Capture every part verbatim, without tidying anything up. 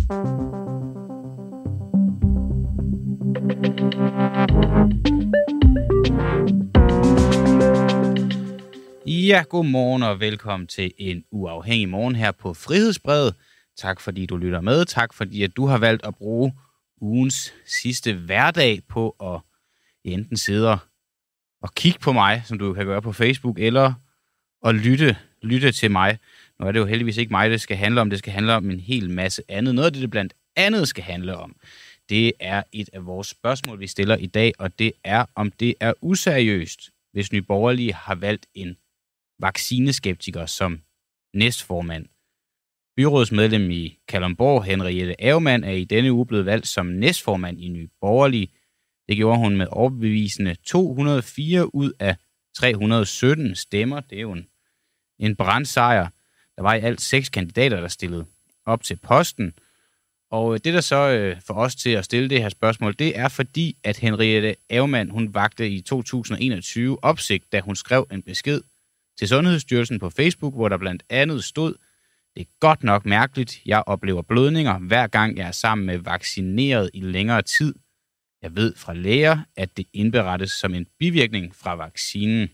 Ja, godmorgen og velkommen til en uafhængig morgen her på Frihedsbrevet. Tak fordi du lytter med. Tak fordi at du har valgt at bruge ugens sidste hverdag på at enten sidde og kigge på mig, som du kan gøre på Facebook, eller at lytte, lytte til mig. Nu er det jo heldigvis ikke mig, det skal handle om. Det skal handle om en hel masse andet. Noget af det, det blandt andet skal handle om, det er et af vores spørgsmål, vi stiller i dag, og det er, om det er useriøst, hvis Nye Borgerlige har valgt en vaccineskeptiker som næstformand. Byrådsmedlem i Kalundborg, Henriette Aumann, er i denne uge blevet valgt som næstformand i Nye Borgerlige. Det gjorde hun med overbevisende to hundrede og fire ud af tre hundrede og sytten stemmer. Det er jo en, en brandsejr. Der var i alt seks kandidater, der stillede op til posten. Og det, der så øh, får os til at stille det her spørgsmål, det er fordi, at Henriette Aumann, hun vagte i to tusind og enogtyve opsigt, da hun skrev en besked til Sundhedsstyrelsen på Facebook, hvor der blandt andet stod: "Det er godt nok mærkeligt. Jeg oplever blødninger, hver gang jeg er sammen med vaccineret i længere tid. Jeg ved fra læger, at det indberettes som en bivirkning fra vaccinen."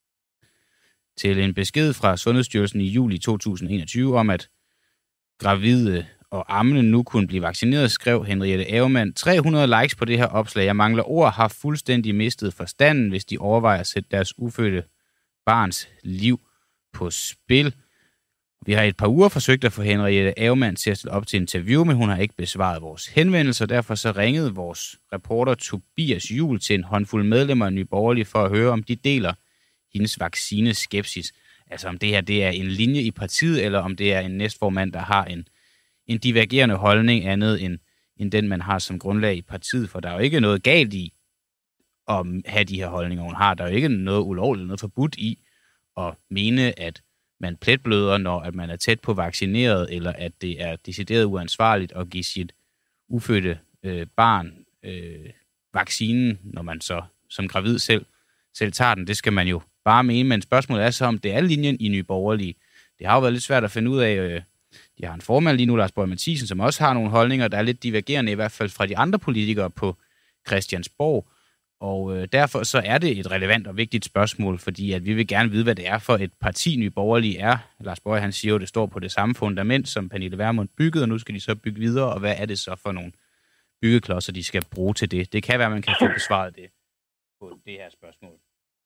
Til en besked fra Sundhedsstyrelsen i juli to tusind og enogtyve om, at gravide og ammende nu kunne blive vaccineret, skrev Henriette Aumann: tre hundrede likes på det her opslag. Jeg mangler ord, har fuldstændig mistet forstanden, hvis de overvejer at sætte deres ufødte barns liv på spil. Vi har i et par uger forsøgt at få Henriette Aumann til at stille op til interview, men hun har ikke besvaret vores henvendelser. Derfor så ringede vores reporter Tobias Juhl til en håndfuld medlemmer af Nye Borgerlige for at høre, om de deler hendes vaccineskepsis. Altså om det her det er en linje i partiet, eller om det er en næstformand, der har en, en divergerende holdning andet end, end den, man har som grundlag i partiet. For der er jo ikke noget galt i at have de her holdninger, hun har. Der er jo ikke noget ulovligt, noget forbudt i at mene, at man pletbløder, når at man er tæt på vaccineret, eller at det er decideret uansvarligt at give sit ufødte øh, barn øh, vaccinen, når man så som gravid selv, selv tager den. Det skal man jo bare mene, men spørgsmålet er så, om det er linjen i Nye Borgerlige. Det har jo været lidt svært at finde ud af. Øh, de har en formand lige nu, Lars Boje Mathiesen, som også har nogle holdninger, der er lidt divergerende, i hvert fald fra de andre politikere på Christiansborg. Og øh, derfor så er det et relevant og vigtigt spørgsmål, fordi at vi vil gerne vide, hvad det er for et parti, Nye Borgerlige er. Lars Boje, han siger jo, det står på det samme fundament, som Pernille Vermund byggede, og nu skal de så bygge videre, og hvad er det så for nogle byggeklodser, de skal bruge til det? Det kan være, man kan få besvaret det på det her spørgsmål.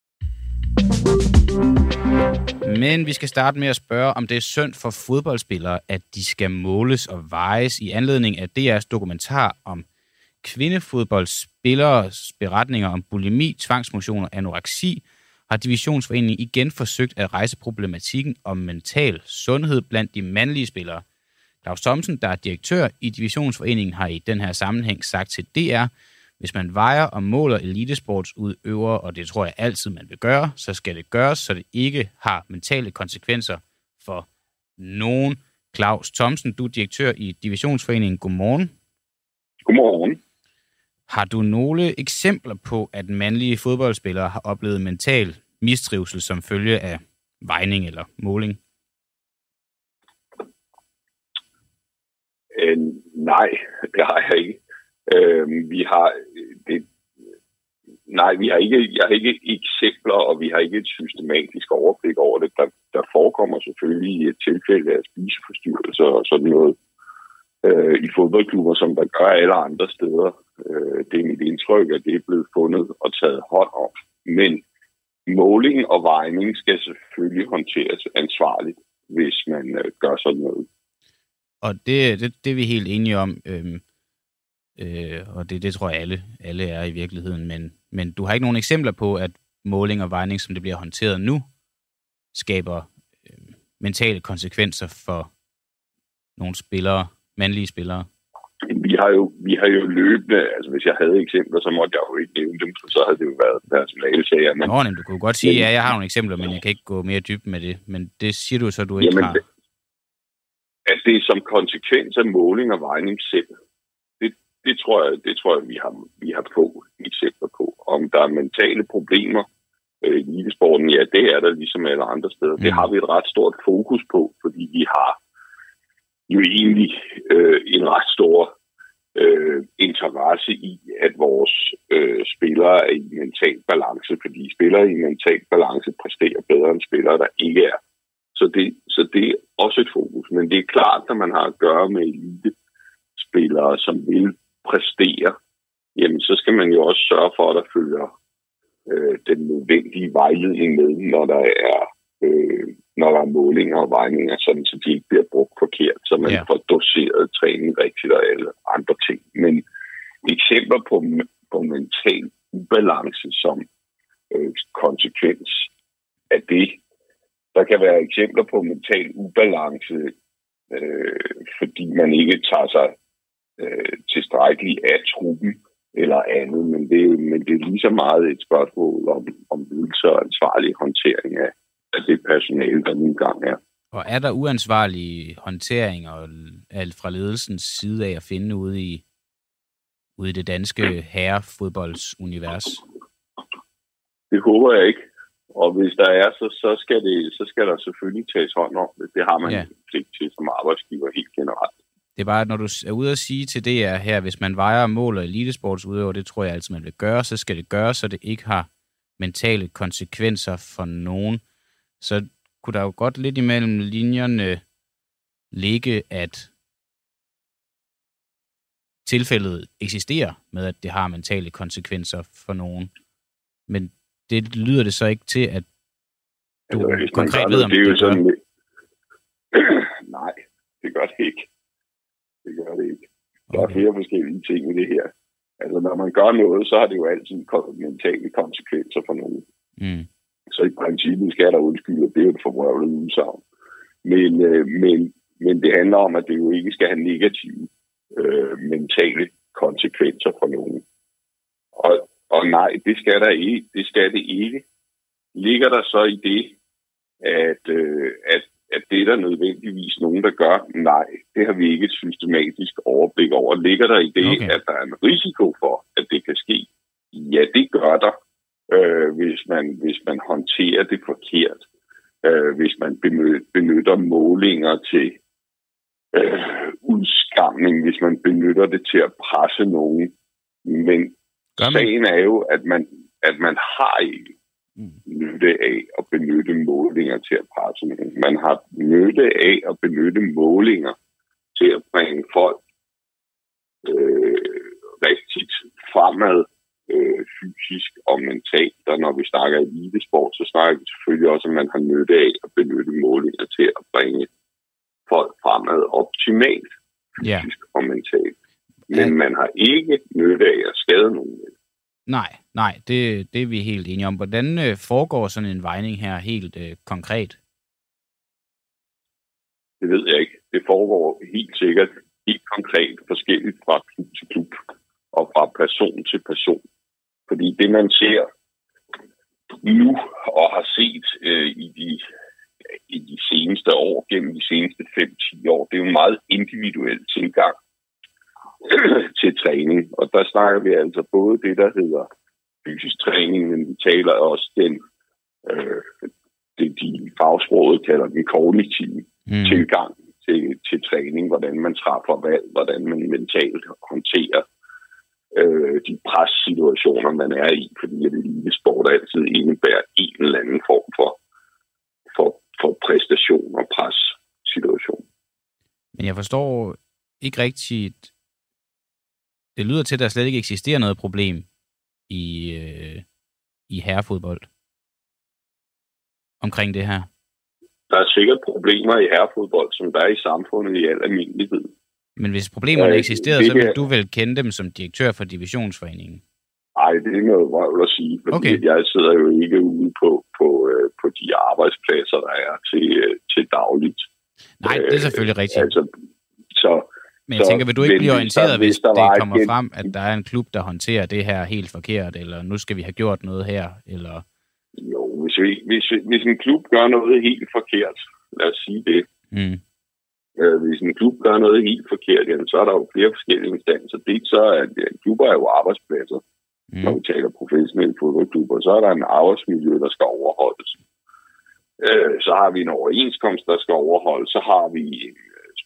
Men vi skal starte med at spørge, om det er synd for fodboldspillere, at de skal måles og vejes i anledning af D R's dokumentar om kvindefodboldspilleres beretninger om bulimi, tvangsmotion og anoreksi, har Divisionsforeningen igen forsøgt at rejse problematikken om mental sundhed blandt de mandlige spillere. Claus Thomsen, der er direktør i Divisionsforeningen, har i den her sammenhæng sagt til D R: "Hvis man vejer og måler elitesportsudøvere, og det tror jeg altid, man vil gøre, så skal det gøres, så det ikke har mentale konsekvenser for nogen." Claus Thomsen, du er direktør i Divisionsforeningen. Godmorgen. Godmorgen. Har du nogle eksempler på, at mandlige fodboldspillere har oplevet mental mistrivsel som følge af vejning eller måling? Øh, nej, det har jeg ikke. Øh, vi har det, nej, vi har ikke, jeg har ikke eksempler, og vi har ikke et systematisk overblik over det. Der, der forekommer selvfølgelig et tilfælde af spiseforstyrrelser og sådan noget øh, i fodboldklubber, som der gør alle andre steder. Øh, det er mit indtryk, at det er blevet fundet og taget hånd om. Men måling og vejning skal selvfølgelig håndteres ansvarligt, hvis man øh, gør sådan noget. Og det, det, det er vi helt enige om, øhm, øh, og det, det tror jeg alle, alle er i virkeligheden. Men, men du har ikke nogen eksempler på, at måling og vejning, som det bliver håndteret nu, skaber øh, mentale konsekvenser for nogle spillere, mandlige spillere? Vi har jo, vi har jo løbende, altså hvis jeg havde eksempler, så måtte jeg jo ikke nævne dem, for så havde det jo været personalesager. Men... Nå, nem, du kunne godt sige, ja, jeg har nogle eksempler, men jeg kan ikke gå mere dybt med det. Men det siger du så, du ikke jamen, har. Det, at det er som konsekvens af måling og vejning selv. Det, det, tror jeg, det tror jeg, vi har, vi har få eksempler på. Om der er mentale problemer øh, i elitesporten, ja, det er der ligesom alle andre steder. Mm. Det har vi et ret stort fokus på, fordi vi har jo egentlig øh, en ret stor øh, interesse i, at vores øh, spillere er i mental balance, fordi spillere i mental balance præsterer bedre end spillere, der ikke er. Så det, så det er også et fokus. Men det er klart, at man har at gøre med elite-spillere, som vil præstere, jamen så skal man jo også sørge for, at der følger øh, den nødvendige vejledning med, når der er øh, når der er målinger og vejninger, sådan, så de ikke bliver brugt forkert, så man ja. får doseret træning rigtigt og alle andre ting. Men eksempler på, på mental ubalance som øh, konsekvens af det, der kan være eksempler på mental ubalance, øh, fordi man ikke tager sig øh, tilstrækkeligt af truppen eller andet, men det, men det er lige så meget et spørgsmål om, om ledelse og ansvarlig håndtering af af det personale, der nu engang er. Og er der uansvarlige håndteringer fra ledelsens side af at finde ude i, ude i det danske herrefodboldsunivers? Det håber jeg ikke. Og hvis der er, så, så, skal, det, så skal der selvfølgelig tages hånd om det. Det har man ja. pligt til som arbejdsgiver helt generelt. Det er bare, når du er ude at sige til det er her, hvis man vejer mål og elitesportsudøver, det tror jeg altid, man vil gøre, så skal det gøre, så det ikke har mentale konsekvenser for nogen. Så kunne der jo godt lidt imellem linjerne ligge, at tilfældet eksisterer med, at det har mentale konsekvenser for nogen. Men det lyder det så ikke til, at du altså, konkret ved, om det, det, det sådan, nej, det gør det ikke. Det gør det ikke. Der okay. er flere forskellige ting i det her. Altså, når man gør noget, så har det jo altid mentale konsekvenser for nogen. Mm. Så i princippet skal der undskylde, og det er jo et forvrøvlet udsagn. Men, øh, men, men det handler om, at det jo ikke skal have negative øh, mentale konsekvenser for nogen. Og, og nej, det skal der ikke. Det skal det ikke. Ligger der så i det, at, øh, at, at det er der nødvendigvis nogen, der gør? Nej, det har vi ikke et systematisk overblik over. Ligger der i det, okay. at der er en risiko for, at det kan ske? Ja, det gør der. Øh, hvis, man, hvis man håndterer det forkert, øh, hvis man benytter målinger til øh, udskamning, hvis man benytter det til at presse nogen. Men sagen er jo, at man, at man har ikke nytte af at benytte målinger til at presse nogen. Man har nytte af at benytte målinger til at bringe folk øh, rigtigt fremad, Øh, fysisk og mentalt, og når vi snakker elitesport, så snakker vi selvfølgelig også, at man har nytte af at benytte målinger til at bringe folk fremad optimalt, fysisk yeah. og mentalt. Men ja. man har ikke nytte af at skade nogen. Nej, nej, det, det er vi helt enige om. Hvordan øh, foregår sådan en vejning her helt øh, konkret? Det ved jeg ikke. Det foregår helt sikkert helt konkret forskelligt fra klub til klub og fra person til person. Fordi det, man ser nu og har set øh, i, de, i de seneste år, gennem de seneste fem til ti år, det er jo en meget individuel tilgang til træning. Og der snakker vi altså både det, der hedder fysisk træning, men vi taler også den, øh, det de fagsproget kalder den kognitive mm. tilgang til, til træning, hvordan man træffer valg, hvordan man mentalt håndterer Øh, de pressituationer, man er i, fordi at elitesport altid indebærer en eller anden form for, for, for præstation og pressituation. Men jeg forstår ikke rigtigt. Det lyder til, at der slet ikke eksisterer noget problem i, øh, i herrefodbold omkring det her. Der er sikkert problemer i herrefodbold, som der er i samfundet i al almindelighed. Men hvis problemerne ja, eksisterede, så ville du vel kende dem som direktør for divisionsforeningen? Nej, det er noget vrøvl at sige, fordi okay. jeg sidder jo ikke ude på, på, på de arbejdspladser, der er til, til dagligt. Nej, det er selvfølgelig rigtigt. Altså, så, Men jeg så, tænker, vil du ikke blive orienteret, hvis, hvis det kommer et, frem, at der er en klub, der håndterer det her helt forkert, eller nu skal vi have gjort noget her, eller... Jo, hvis, vi, hvis, hvis en klub gør noget helt forkert, lad os sige det, mm. Hvis en klub gør noget helt forkert, jamen, så er der jo flere forskellige instanser. Det så er, at klubber er jo arbejdspladser, mm. når vi taler professionelle fodboldklubber. Så er der en arbejdsmiljø, der skal overholdes. Så har vi en overenskomst, der skal overholdes. Så har vi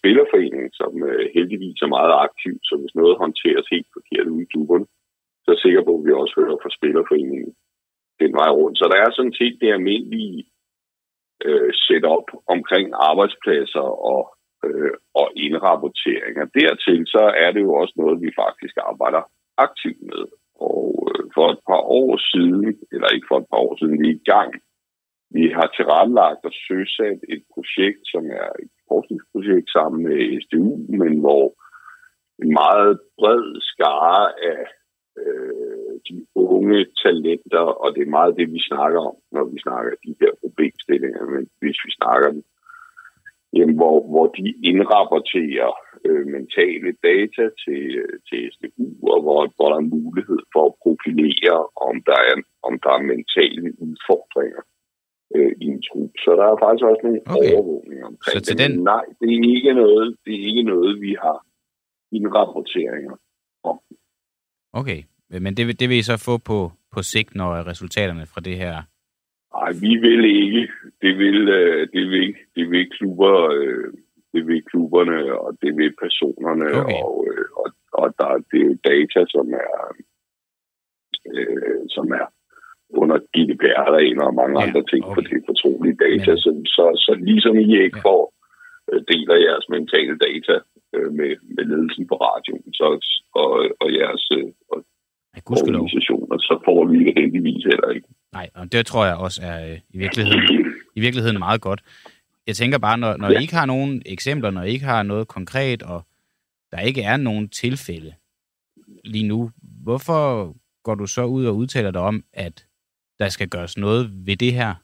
spillerforening, som øh, heldigvis er meget aktiv, så hvis noget håndteres helt forkert ude i klubberne, så er jeg sikker på, at vi også hører fra spillerforeningen den vej rundt. Så der er sådan set det almindelige øh, setup omkring arbejdspladser og, øh, og indrapporteringer. Dertil så er det jo også noget, vi faktisk arbejder aktivt med. Og øh, for et par år siden, eller ikke for et par år siden, vi er i gang. Vi har tilrettelagt og søsat et projekt, som er et forskningsprojekt sammen med S D U, men hvor en meget bred skare af øh, de unge talenter, og det er meget det, vi snakker om, når vi snakker de her problemstillinger, men hvis vi snakker dem, jamen, hvor, hvor de indrapporterer øh, mentale data til, til S D U, og hvor, hvor der er mulighed for at profilere, om der er, om der er mentale udfordringer øh, i en trup. Så der er faktisk også nogle okay. overvågninger omkring det. Den... Nej, det er ikke noget, det er ikke noget, vi har indrapporteringer om. Okay, men det, det vil I så få på, på sigt, når resultaterne fra det her... Nej, vi vil ikke. Det vil, det vil, det vil klubber, det vil klubberne, og det vil personerne, okay. og, og, og der det er jo data, som er, øh, som er under G D P R-regler og mange ja, andre ting, okay. for det er fortrolige data. Men... Så, så, så ligesom I ikke ja. får deler jeres mentale data øh, med, med ledelsen på radioen så, og, og jeres og, organisationer, så får vi det heldigvis heller ikke. Nej, og det tror jeg også er øh, i, virkeligheden, i virkeligheden meget godt. Jeg tænker bare, når, når ja. I ikke har nogen eksempler, når I ikke har noget konkret, og der ikke er nogen tilfælde lige nu, hvorfor går du så ud og udtaler dig om, at der skal gøres noget ved det her?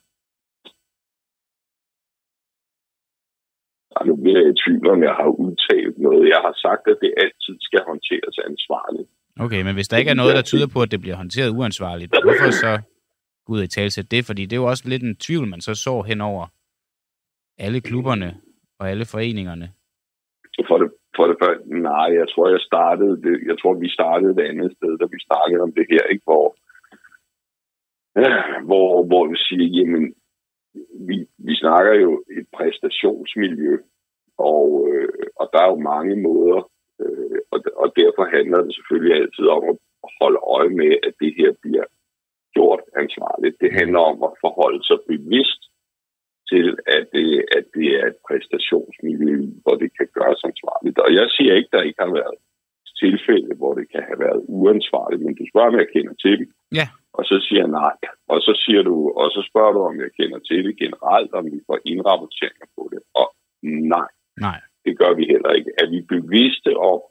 Nu bliver jeg i tvivl, om jeg har udtalt noget. Jeg har sagt, at det altid skal håndteres ansvarligt. Okay, men hvis der ikke er noget, der tyder på, at det bliver håndteret uansvarligt, hvorfor så gå ud og talsætte det? Fordi det er jo også lidt en tvivl, man så så hen over alle klubberne og alle foreningerne. For det, for det første, nej, jeg tror, jeg startede det, jeg tror, vi startede et andet sted, da vi snakkede om det her, ikke? Hvor, ja, hvor, hvor vi siger, jamen, vi, vi snakker jo et præstationsmiljø, og, øh, og der er jo mange måder, øh, og, og derfor handler det selvfølgelig altid om at holde øje med, at det her bliver gjort ansvarligt. Det handler om at forholde sig bevidst til, at det, at det er et præstationsmiljø, hvor det kan gøres ansvarligt. Og jeg siger ikke, at der ikke har været tilfælde, hvor det kan have været uansvarligt, men du spørger, om jeg kender til dem. Ja. Og så siger jeg nej. Og så siger du, og så spørger du, om jeg kender til det generelt, om vi får indrapporteringer på det. Og nej. Nej. Det gør vi heller ikke. Er vi bevidste om,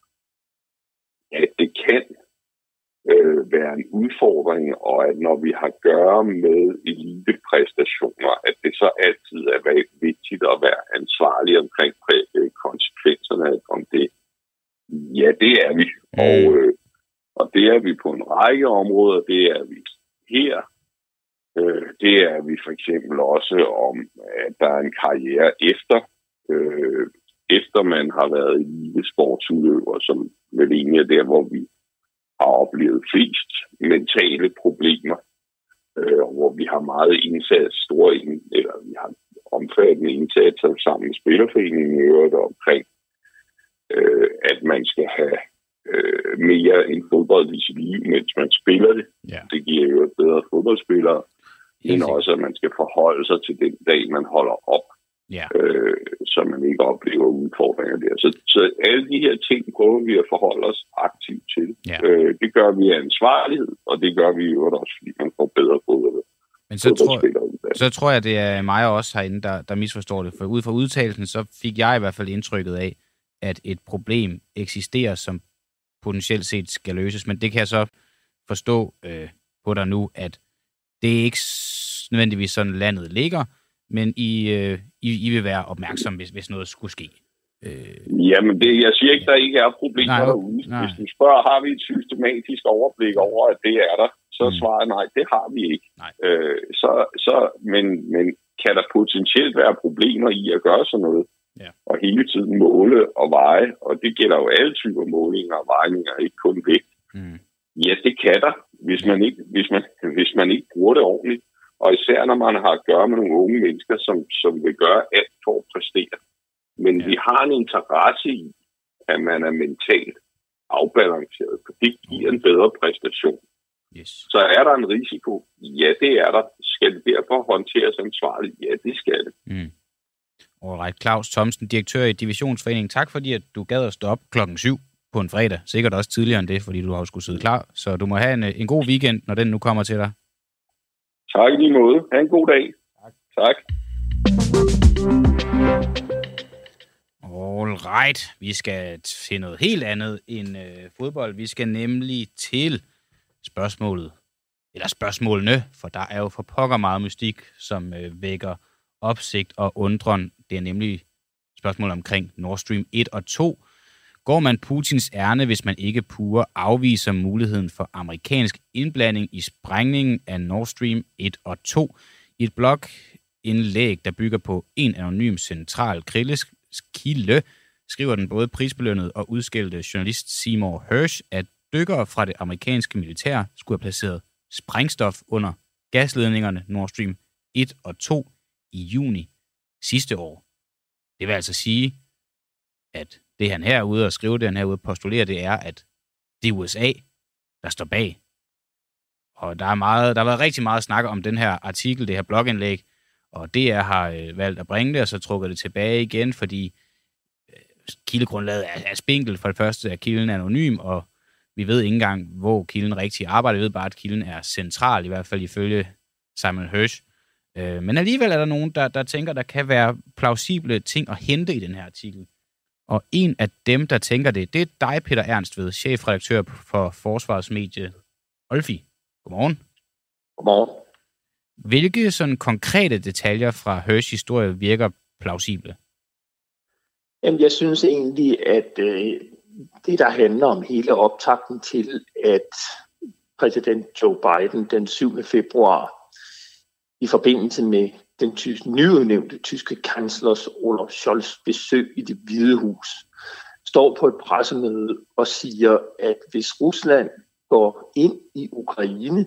at det kan øh, være en udfordring, og at når vi har at gøre med elitepræstationer, at det så altid er vigtigt at være ansvarlig omkring præ- konsekvenserne om det. Ja, det er vi. Mm. Og, øh, og det er vi på en række områder. Det er vi her. Øh, det er vi for eksempel også om, at der er en karriere efter, øh, efter man har været elitesportsudøver, som vel egentlig er der, hvor vi har oplevet flest mentale problemer, øh, og hvor vi har meget indsats, store, eller vi har omfattende indsatser sammen med Spillerforeningen i øvrigt omkring, øh, at man skal have øh, mere end fodbold i sit liv, mens man spiller det. Ja. Det giver jo bedre fodboldspillere, men også, at man skal forholde sig til den dag, man holder op. Ja. Øh, så man ikke oplever udfordringer der. Så, så alle de her ting prøver vi at forholde os aktivt til. Ja. Øh, det gør vi af ansvarlighed, og det gør vi jo også, fordi man får bedre fodbold. Men så tror, så tror jeg, det er mig og også herinde, der, der misforstår det. For ud fra udtalelsen, så fik jeg i hvert fald indtrykket af, at et problem eksisterer, som potentielt set skal løses. Men det kan jeg så forstå øh, på dig nu, at det er ikke nødvendigvis sådan, landet ligger, men I, øh, I, I vil være opmærksom, hvis, hvis noget skulle ske. Øh... Jamen, det, jeg siger ikke, der ikke er problemer nej, derude. Nej. Hvis du spørger, har vi et systematisk overblik over, at det er der, så mm. svarer nej, det har vi ikke. Øh, så, så, men, men kan der potentielt være problemer i at gøre sådan noget? Ja. Og hele tiden måle og veje, og det gælder jo alle typer målinger og vejninger, ikke kun vægt. Mm. Ja, det kan der, hvis man ikke, hvis man, hvis man ikke bruger det ordentligt. Og især når man har at gøre med nogle unge mennesker, som, som vil gøre alt for at præstere. Men Ja. vi har en interesse i, at man er mentalt afbalanceret, for det giver en bedre præstation. Yes. Så er der en risiko? Ja, det er der. Skal det derfor håndteres ansvarligt? Ja, det skal det. Mm. Alright, Claus Thomsen, direktør i Divisionsforeningen. Tak fordi, at du gad at stå op klokken syv på en fredag. Sikkert også tidligere end det, fordi du har skulle sidde klar. Så du må have en, en god weekend, når den nu kommer til dig. Tak i lige måde. Ha' en god dag. Tak. Tak. Alright, vi skal til noget helt andet end øh, fodbold. Vi skal nemlig til spørgsmålet, eller spørgsmålene, for der er jo for pokker meget mystik, som øh, vækker opsigt og undren. Det er nemlig spørgsmål omkring Nord Stream et og to. Går man Putins ærne, hvis man ikke pure afviser muligheden for amerikansk indblanding i sprængningen af Nord Stream et og to? I et blogindlæg, der bygger på en anonym central kilde, skriver den både prisbelønnede og udskældte journalist Seymour Hersh, at dykkere fra det amerikanske militær skulle have placeret sprængstof under gasledningerne Nord Stream et og to i juni sidste år. Det vil altså sige, at det han herude og skrive, det han herude postulerer, det er, at det er U S A, der står bag. Og der er meget, der har været rigtig meget snak om den her artikel, det her blogindlæg, og D R har øh, valgt at bringe det, og så trukker det tilbage igen, fordi øh, kildegrundlaget er, er spinkelt. For det første er kilden anonym, og vi ved ikke engang, hvor kilden rigtig arbejder. Vi ved bare, at kilden er central, i hvert fald ifølge Simon Hersh. Øh, men alligevel er der nogen, der, der tænker, der kan være plausible ting at hente i den her artikel. Og en af dem, der tænker det, det er dig, Peter Ernstved, chefredaktør for forsvarsmedie Olfi. Godmorgen. Godmorgen. Hvilke sådan konkrete detaljer fra Hershs historie virker plausible? Jamen, jeg synes egentlig, at øh, det, der handler om hele optakten til, at præsident Joe Biden den syvende februar i forbindelse med den tyske, nyudnævnte tyske kanslers Olaf Scholz besøg i Det Hvide Hus, står på et pressemøde og siger, at hvis Rusland går ind i Ukraine,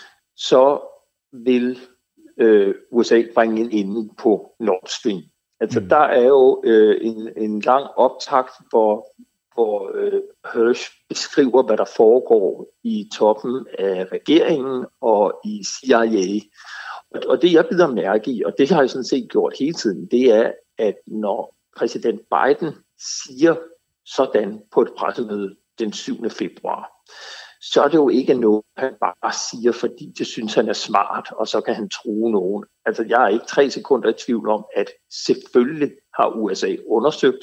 så vil øh, U S A bringe en ende på Nord Stream. Altså, mm. der er jo øh, en, en lang optakt, hvor, hvor øh, Hersh beskriver, hvad der foregår i toppen af regeringen og i C I A. Og, og det, jeg bider mærke i, og det har jeg sådan set gjort hele tiden, det er, at når præsident Biden siger sådan på et pressemøde den syvende februar, så er det jo ikke noget, han bare siger, fordi det synes han er smart, og så kan han true nogen. Altså, jeg er ikke tre sekunder i tvivl om, at selvfølgelig har U S A undersøgt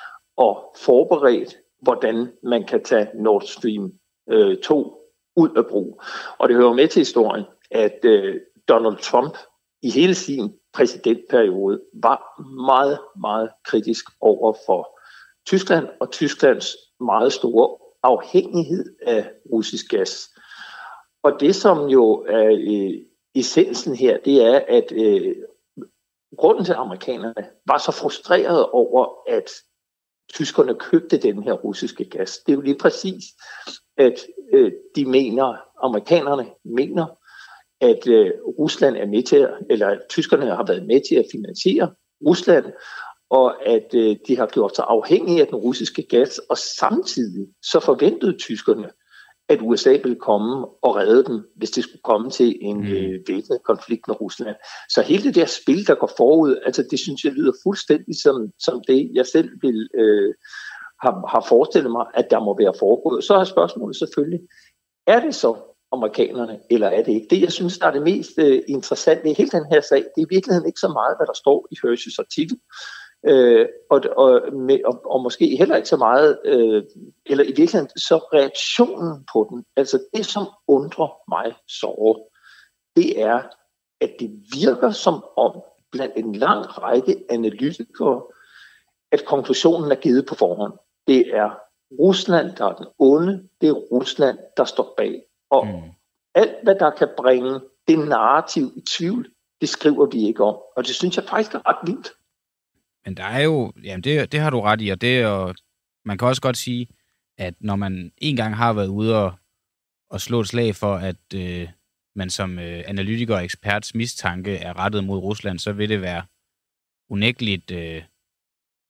og forberedt, hvordan man kan tage Nord Stream øh, to ud af brug. Og det hører med til historien, at øh, Donald Trump i hele sin præsidentperiode var meget, meget kritisk over for Tyskland og Tysklands meget store afhængighed af russisk gas. Og det, som jo er øh, essensen her, det er, at øh, grunden til, at amerikanerne var så frustrerede over, at tyskerne købte den her russiske gas, det er jo lige præcis, at øh, de mener, amerikanerne mener, at øh, Rusland er med til, eller at tyskerne har været med til at finansiere Rusland, og at øh, de har gjort sig afhængige af den russiske gas, og samtidig så forventede tyskerne, at U S A ville komme og redde dem, hvis det skulle komme til en mm. øh, væbnet konflikt med Rusland. Så hele det der spil, der går forud, altså det synes jeg lyder fuldstændig som, som det, jeg selv vil øh, har, har forestillet mig, at der må være foregået. Så er spørgsmålet selvfølgelig, er det så amerikanerne, eller er det ikke? Det, jeg synes, der er det mest øh, interessante i hele den her sag, det er i virkeligheden ikke så meget, hvad der står i Hersh's artikel, øh, og, og, med, og, og måske heller ikke så meget, øh, eller i virkeligheden så reaktionen på den. Altså det, som undrer mig såre, det er, at det virker som om, blandt en lang række analytikere, at konklusionen er givet på forhånd. Det er Rusland, der er den onde, det er Rusland, der står bag. Og mm. alt, hvad der kan bringe det narrativ i tvivl, det skriver vi ikke om. Og det synes jeg faktisk er ret vildt. Men der er jo, jamen det, det har du ret i, og det og man kan også godt sige, at når man en gang har været ude og, og slå et slag for, at øh, man som øh, analytiker og eksperts mistanke er rettet mod Rusland, så vil det være unægteligt øh,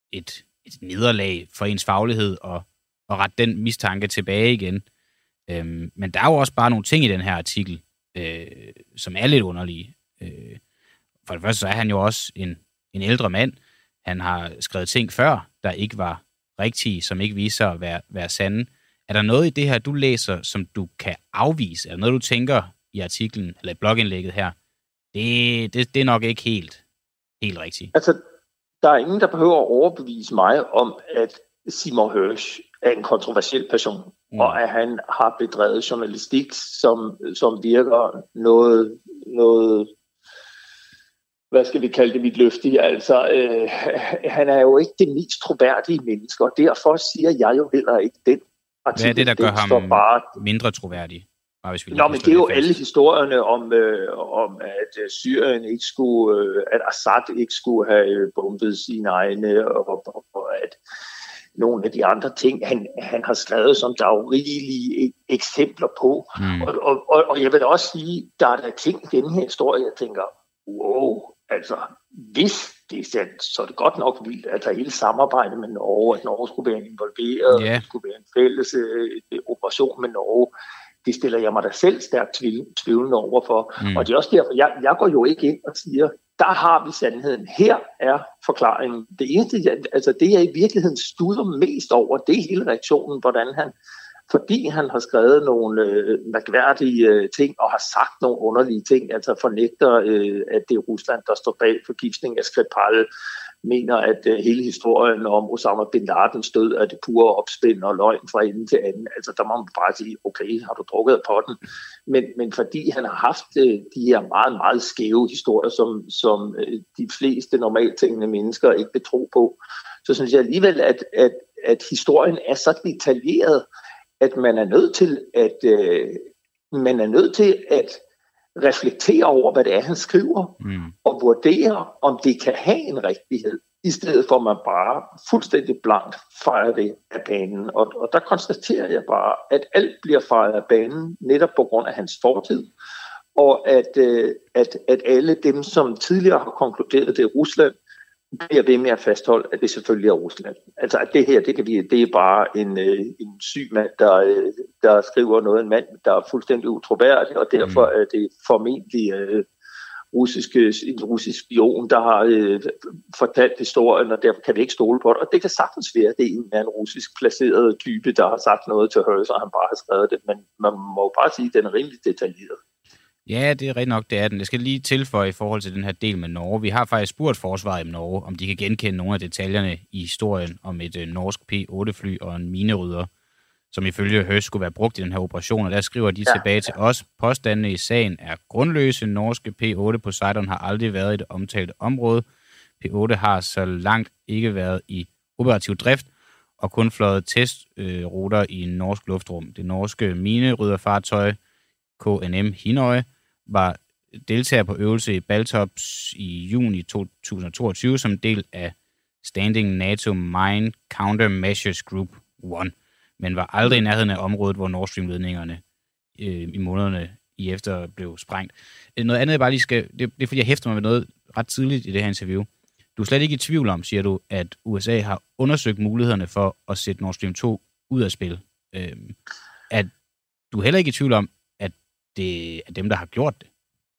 et, et nederlag for ens faglighed og, og rette den mistanke tilbage igen. Øhm, men der er jo også bare nogle ting i den her artikel, øh, som er lidt underlige. Øh, for det første så er han jo også en, en ældre mand. Han har skrevet ting før, der ikke var rigtige, som ikke viser at være, være sande. Er der noget i det her, du læser, som du kan afvise? Er der noget, du tænker i artiklen, eller i blogindlægget her? Det, det, det er nok ikke helt, helt rigtigt. Altså, der er ingen, der behøver at overbevise mig om, at Seymour Hersh er en kontroversiel person, mm. og at han har bedrevet journalistik, som, som virker noget, noget, hvad skal vi kalde det, vidtløftigt. Altså, øh, han er jo ikke det mest troværdige menneske, og derfor siger jeg jo heller ikke den artikel. Hvad er det, der gør ham bare mindre troværdig? Bare hvis vi Nå, men det er jo alle historierne om, øh, om at øh, Syrien ikke skulle, øh, at Assad ikke skulle have bombet sine egne, og, og, og at nogle af de andre ting, han, han har skrevet, som der er jo rigelige eksempler på. Mm. Og, og, og, og jeg vil også sige, der er der ting i denne her historie, jeg tænker, wow, altså, hvis det er sandt, så er det godt nok vildt, at der er hele samarbejdet med Norge, at Norge skulle være involveret, yeah. at det skulle være en fælles øh, operation med Norge. Det stiller jeg mig da selv stærkt tvivlende over for. Mm. Og det er også derfor, jeg, jeg går jo ikke ind og siger, der har vi sandheden. Her er forklaringen. Det eneste, jeg, altså det jeg i virkeligheden studer mest over, det er hele reaktionen, hvordan han, fordi han har skrevet nogle øh, mærkværdige øh, ting, og har sagt nogle underlige ting, altså fornægter, øh, at det er Rusland, der står bag forgiftning af Skripal, mener, at uh, hele historien om Osama bin Ladens død er det pure opspind og løgn fra ende til anden. Altså, der må man bare sige, okay, har du drukket af potten? Men, men fordi han har haft uh, de her meget, meget skæve historier, som, som uh, de fleste normaltænkende mennesker ikke vil tro på, så synes jeg alligevel, at, at, at historien er så detaljeret, at man er nødt til at, uh, man er nødt til at reflektere over, hvad det er, han skriver, mm. og vurdere, om det kan have en rigtighed, i stedet for at man bare fuldstændig blankt fejrer det af banen. Og, og der konstaterer jeg bare, at alt bliver fejret af banen, netop på grund af hans fortid, og at, øh, at, at alle dem, som tidligere har konkluderet, det er Rusland, bliver ved med at fastholde, at det selvfølgelig er Rusland. Altså, at det her, det, kan vi, det er bare en, øh, en syg mand, der, øh, der skriver noget, en mand, der er fuldstændig utroværdig, og derfor er det formentlig øh, russiske, en russisk spion, der har øh, fortalt historien, og derfor kan vi ikke stole på det. Og det kan sagtens være, at det er en eller anden russisk placeret type, der har sagt noget til Hersh, og han bare har skrevet det, men man må bare sige, at den er rimelig detaljeret. Ja, det er rigtig nok, det er den. Jeg skal lige tilføje i forhold til den her del med Norge. Vi har faktisk spurgt forsvaret i Norge, om de kan genkende nogle af detaljerne i historien om et øh, norsk P otte fly og en minerydder, som ifølge Hersh skulle være brugt i den her operation. Og der skriver de ja, tilbage til os. Påstandene i sagen er grundløse. Norske P otte Poseidon har aldrig været i det omtalte område. P otte har så langt ikke været i operativ drift og kun fløjet testruter i norsk luftrum. Det norske minerydderfartøj K N M Hinøje var deltager på øvelse i Baltops i juni to tusind og toogtyve som del af Standing NATO Mine Countermeasures Group et, men var aldrig i nærheden af området, hvor Nord Stream-ledningerne øh, i månederne i efter blev sprængt. Noget andet, jeg bare lige skal... Det, det er, fordi jeg hæfter mig med noget ret tidligt i det her interview. Du er slet ikke i tvivl om, siger du, at U S A har undersøgt mulighederne for at sætte Nord Stream to ud af spil. Øh, at du er heller ikke i tvivl om, at det er dem, der har gjort det.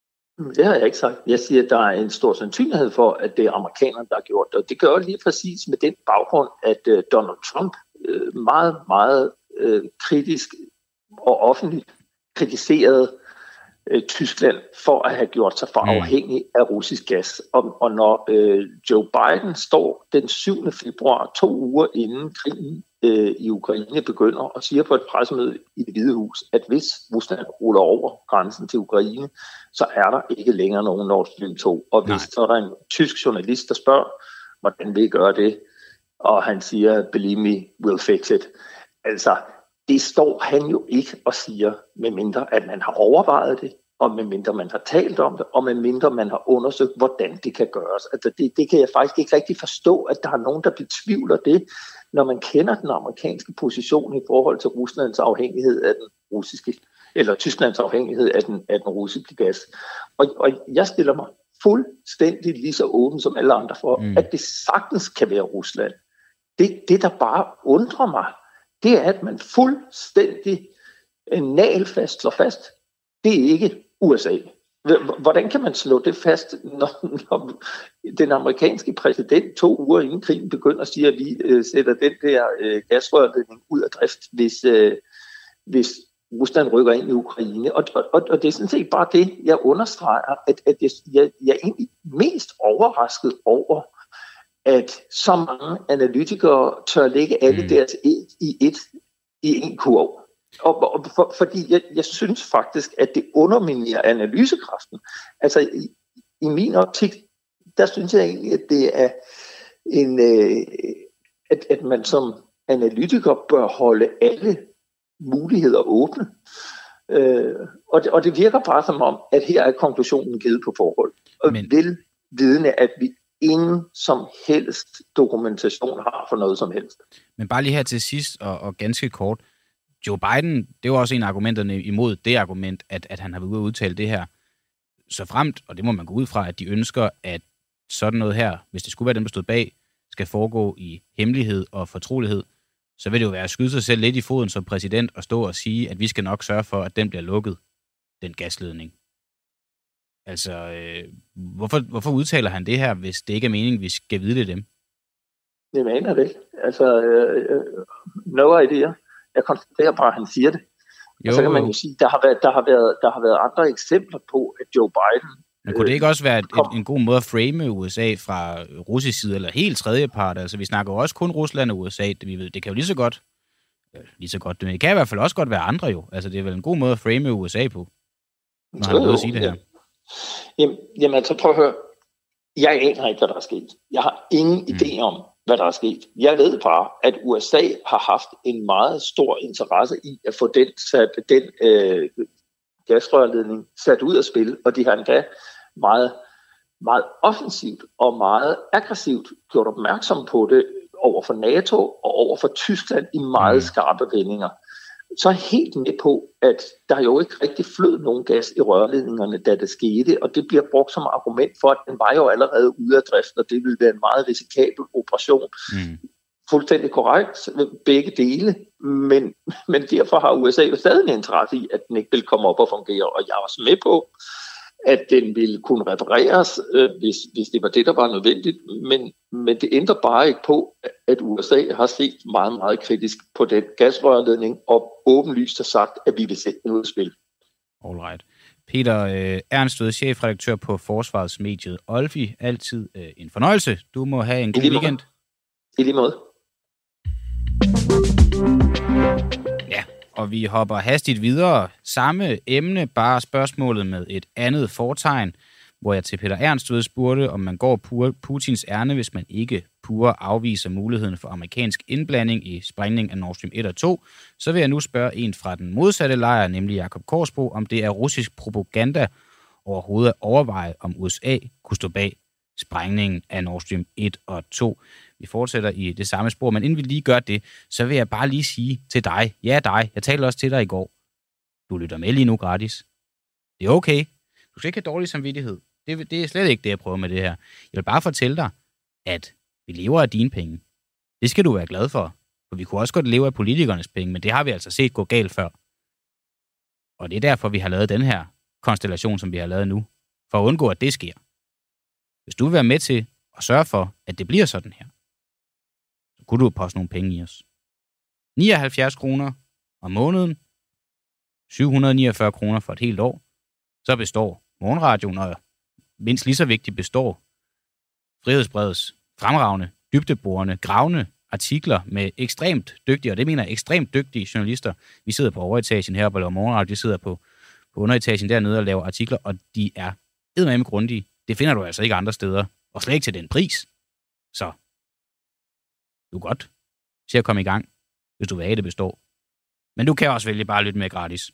Det har jeg ikke sagt. Jeg siger, at der er en stor sandsynlighed for, at det er amerikanerne, der har gjort det. Og det gør lige præcis med den baggrund, at uh, Donald Trump uh, meget, meget uh, kritisk og offentligt kritiserede uh, Tyskland for at have gjort sig for afhængig af russisk gas. Og, og når uh, Joe Biden står den syvende februar, to uger inden krigen uh, i Ukraine begynder, og siger på et pressemøde i Det Hvide Hus, at hvis Rusland ruller over grænsen til Ukraine, så er der ikke længere nogen Nord Stream to. Og hvis så er der en tysk journalist, der spørger, hvordan vil I gøre det? Og han siger, believe me, we'll fix it. Altså, det står han jo ikke og siger, medmindre at man har overvejet det, og medmindre man har talt om det, og medmindre man har undersøgt, hvordan det kan gøres. Altså, det, det kan jeg faktisk ikke rigtig forstå, at der er nogen, der betvivler det, når man kender den amerikanske position i forhold til Ruslands afhængighed af den russiske, eller Tysklands afhængighed af den, af den russiske gas. Og, og jeg stiller mig fuldstændig lige så åben som alle andre for, mm. at det sagtens kan være Rusland. Det, det, der bare undrer mig, det er, at man fuldstændig nagelfast slår fast, det er ikke U S A. Hvordan kan man slå det fast, når, når den amerikanske præsident to uger inden krigen begynder at sige, at vi øh, sætter den der øh, gasrørledning ud af drift, hvis, øh, hvis Rusland rykker ind i Ukraine. Og, og, og det er sådan set bare det, jeg understreger, at, at jeg, jeg, jeg er egentlig mest overrasket over, at så mange analytikere tør lægge alle mm. deres æg i et i en kurv. Og, og for, fordi jeg, jeg synes faktisk, at det underminerer analysekraften. Altså i, i min optik, der synes jeg egentlig, at det er en, øh, at, at man som analytiker bør holde alle muligheder åbne. Øh, og, det, og det virker bare som om, at her er konklusionen givet på forhold. Og Men... vel vidende, at vi ingen som helst dokumentation har for noget som helst. Men bare lige her til sidst, og, og ganske kort. Joe Biden, det var også en af argumenterne imod det argument, at, at han har været ude og udtale det her. Så fremt, og det må man gå ud fra, at de ønsker, at sådan noget her, hvis det skulle være dem, der stod bag, skal foregå i hemmelighed og fortrolighed, så vil det jo være at skyde sig selv lidt i foden som præsident og stå og sige, at vi skal nok sørge for, at den bliver lukket, den gasledning. Altså, øh, hvorfor, hvorfor udtaler han det her, hvis det ikke er meningen, vi skal vide det dem? Jeg mener det. Altså, øh, no idea. Jeg konstaterer bare, at han siger det. Jo. Og så kan man jo sige, at der har været, der har været, der har været andre eksempler på, at Joe Biden... Men kunne det ikke også være et, et, en god måde at frame U S A fra russisk side, eller helt tredjepart? Altså, vi snakker jo også kun Rusland og U S A. Det, vi ved, det kan jo lige så godt... Ja, lige så godt. Det kan i hvert fald også godt være andre jo. Altså, det er vel en god måde at frame U S A på, når han vil sige det her. Jamen, jamen, altså prøv at høre. Jeg aner ikke, hvad der er sket. Jeg har ingen mm. idé om, hvad der er sket. Jeg ved bare, at U S A har haft en meget stor interesse i at få den, sat, den øh, gasrørledning sat ud af spil, og de har endda meget, meget offensivt og meget aggressivt gjort opmærksom på det over for NATO og over for Tyskland i meget skarpe vendinger. Så er jeg helt med på, at der jo ikke rigtig flød nogen gas i rørledningerne, da det skete, og det bliver brugt som argument for, at den var jo allerede ude af drift, og det ville være en meget risikabel operation. Mm. Fuldstændig korrekt, begge dele, men, men derfor har U S A jo stadig en interesse i, at den ikke vil komme op og fungere, og jeg er også med på, at den ville kunne repareres, øh, hvis, hvis det var det, der var nødvendigt, men, men det ændrer bare ikke på, at U S A har set meget, meget kritisk på den gasrørledning, og åbenlyst har sagt, at vi vil sætte den ud af spil. Alright. Peter øh, Ernstved, chefredaktør på Forsvarets mediet Olfi. Altid øh, en fornøjelse. Du må have en god weekend. I lige måde. Ja, og vi hopper hastigt videre. Samme emne, bare spørgsmålet med et andet fortegn, hvor jeg til Peter Ernstved spurgte, om man går Putins ærne, hvis man ikke pure afviser muligheden for amerikansk indblanding i sprængning af Nord Stream et og to. Så vil jeg nu spørge en fra den modsatte lejr, nemlig Jakob Korsbo, om det er russisk propaganda overhovedet at overveje, om U S A kunne stå bag sprængningen af Nord Stream et og to. Vi fortsætter i det samme spor, men inden vi lige gør det, så vil jeg bare lige sige til dig, ja dig, jeg talte også til dig i går, du lytter med lige nu gratis. Det er okay. Du skal ikke have dårlig samvittighed. Det, det er slet ikke det, jeg prøver med det her. Jeg vil bare fortælle dig, at vi lever af dine penge. Det skal du være glad for. For vi kunne også godt leve af politikernes penge, men det har vi altså set gå galt før. Og det er derfor, vi har lavet den her konstellation, som vi har lavet nu. For at undgå, at det sker. Hvis du vil være med til at sørge for, at det bliver sådan her, så kunne du poste nogle penge i os. nioghalvfjerds kroner om måneden, syv hundrede og niogfyrre kroner for et helt år, så består morgenradioen, og mindst lige så vigtigt består Frihedsbredets fremragende, dybdeborende, gravende artikler med ekstremt dygtige, og det mener jeg ekstremt dygtige journalister. Vi sidder på overetagen heroppe og laver morgenradio, de sidder på, på underetagen dernede og laver artikler, og de er eddermame grundige. Det finder du altså ikke andre steder, og slet ikke til den pris. Så du er godt til at komme i gang, hvis du vil have det består. Men du kan også vælge bare at lytte med gratis.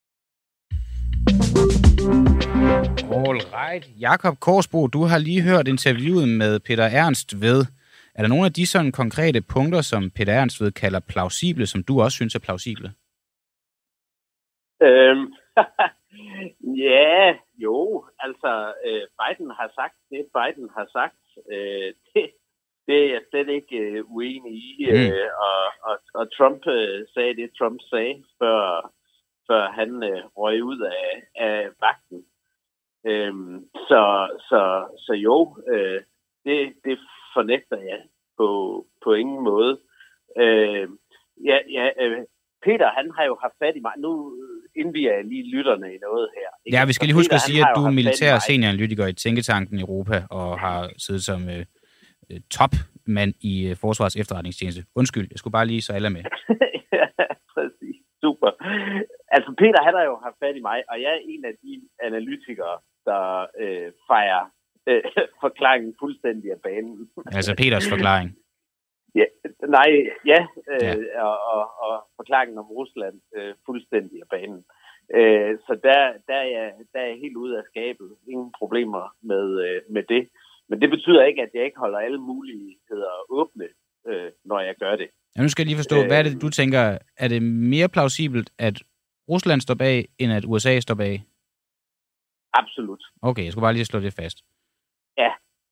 Alright. Jakob Korsbo, du har lige hørt interviewet med Peter Ernstved. Er der nogle af de sådan konkrete punkter, som Peter Ernstved kalder plausible, som du også synes er plausible? Øhm, Ja, jo, altså øh, Biden har sagt det, Biden har sagt. Øh, det, det er jeg slet ikke øh, uenig i. Mm. Øh, og, og, og Trump øh, sagde det, Trump sagde, før, før han øh, røg ud af, af vagten. Øhm, så, så, så jo, øh, det, det fornægter jeg på, på ingen måde. Øh, ja, ja, øh, Peter, han har jo haft fat i mig. Nu indviger jeg lige lytterne i noget her. Ikke? Ja, vi skal lige huske Peter, at sige, at du er militær senioranalytiker i Tænketanken Europa og har siddet som øh, topmand i øh, Forsvars efterretningstjeneste. Undskyld, jeg skulle bare lige så alle med. Ja, præcis. Super. Altså, Peter, han har jo haft fat i mig, og jeg er en af de analytikere, der øh, fejrer øh, forklaringen fuldstændig af banen. Altså Peters forklaring? Ja, nej, ja, øh, ja. Og, og, og forklaringen om Rusland øh, fuldstændig af banen. Øh, så der, der, er jeg, der er jeg helt ude af skabet. Ingen problemer med, øh, med det. Men det betyder ikke, at jeg ikke holder alle muligheder åbne, øh, når jeg gør det. Ja, nu skal jeg lige forstå, hvad er det, du tænker? Er det mere plausibelt, at Rusland står bag, end at U S A står bag? Absolut. Okay, jeg skulle bare lige slå det fast. Ja.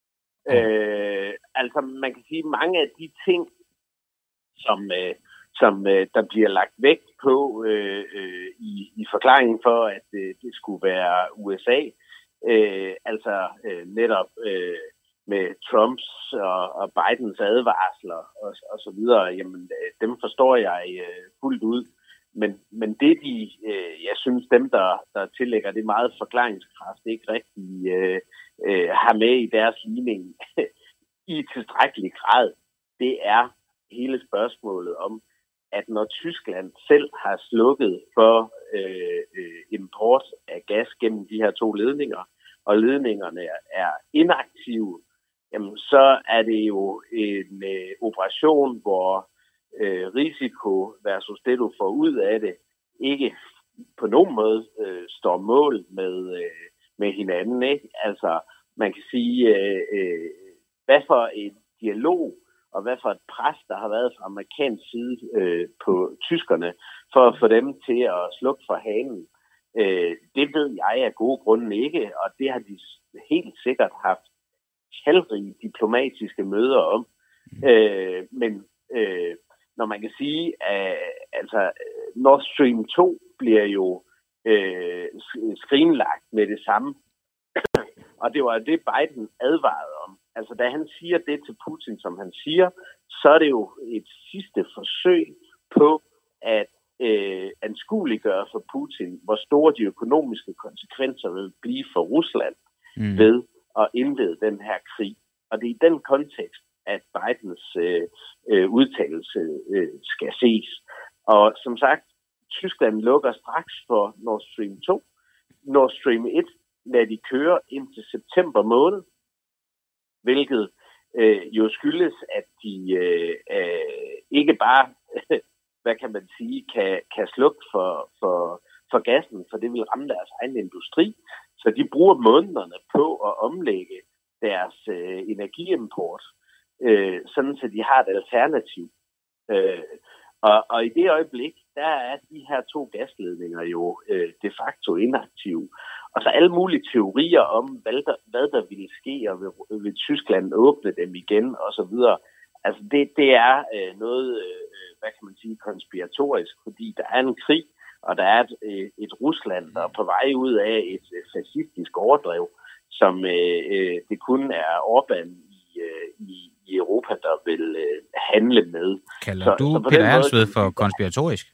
Øh, altså, man kan sige, mange af de ting, som, øh, som øh, der bliver lagt vægt på øh, øh, i, i forklaringen for, at øh, det skulle være U S A, øh, altså øh, netop øh, med Trumps og, og Bidens advarsler og, og så videre, jamen øh, dem forstår jeg øh, fuldt ud. Men, men det, de, øh, jeg synes, dem, der, der tillægger det meget forklaringskraft, ikke rigtig øh, øh, har med i deres ligning i tilstrækkelig grad, det er hele spørgsmålet om, at når Tyskland selv har slukket for øh, øh, import af gas gennem de her to ledninger, og ledningerne er inaktive, jamen, så er det jo en øh, operation, hvor øh, risiko versus det, du får ud af det, ikke på nogen måde øh, står mål med, øh, med hinanden. Ikke? Altså, man kan sige, øh, øh, hvad for en dialog og hvad for et pres, der har været fra amerikansk side øh, på tyskerne, for at få dem til at slukke for hanen. Øh, det ved jeg af gode grunde ikke, og det har de helt sikkert haft talrige diplomatiske møder om. Øh, men øh, når man kan sige, at altså, Nord Stream to bliver jo øh, skrinlagt med det samme, og det var det, Biden advarede om. Altså, da han siger det til Putin, som han siger, så er det jo et sidste forsøg på at øh, anskueliggøre for Putin, hvor store de økonomiske konsekvenser vil blive for Rusland mm. ved at indlede den her krig. Og det er i den kontekst, at Bidens øh, øh, udtalelse øh, skal ses. Og som sagt, Tyskland lukker straks for Nord Stream to. Nord Stream et lader de køre indtil september måned, hvilket øh, jo skyldes, at de øh, øh, ikke bare, hvad kan man sige, kan, kan slukke for, for, for gassen, for det vil ramme deres egen industri. Så de bruger månederne på at omlægge deres øh, energiimport, øh, sådan så de har et alternativ. Øh, og, og i det øjeblik, der er de her to gasledninger jo øh, de facto inaktive. Og så alle mulige teorier om, hvad der, hvad der ville ske, og vil, vil Tyskland åbne dem igen, og så videre. Altså det, det er øh, noget, øh, hvad kan man sige, konspiratorisk, fordi der er en krig, og der er et, et Rusland, der er på vej ud af et fascistisk overdrev, som øh, det kun er Orbán i, øh, i, i Europa, der vil øh, handle med. Kalder så, du så Peter Ernstved for konspiratorisk?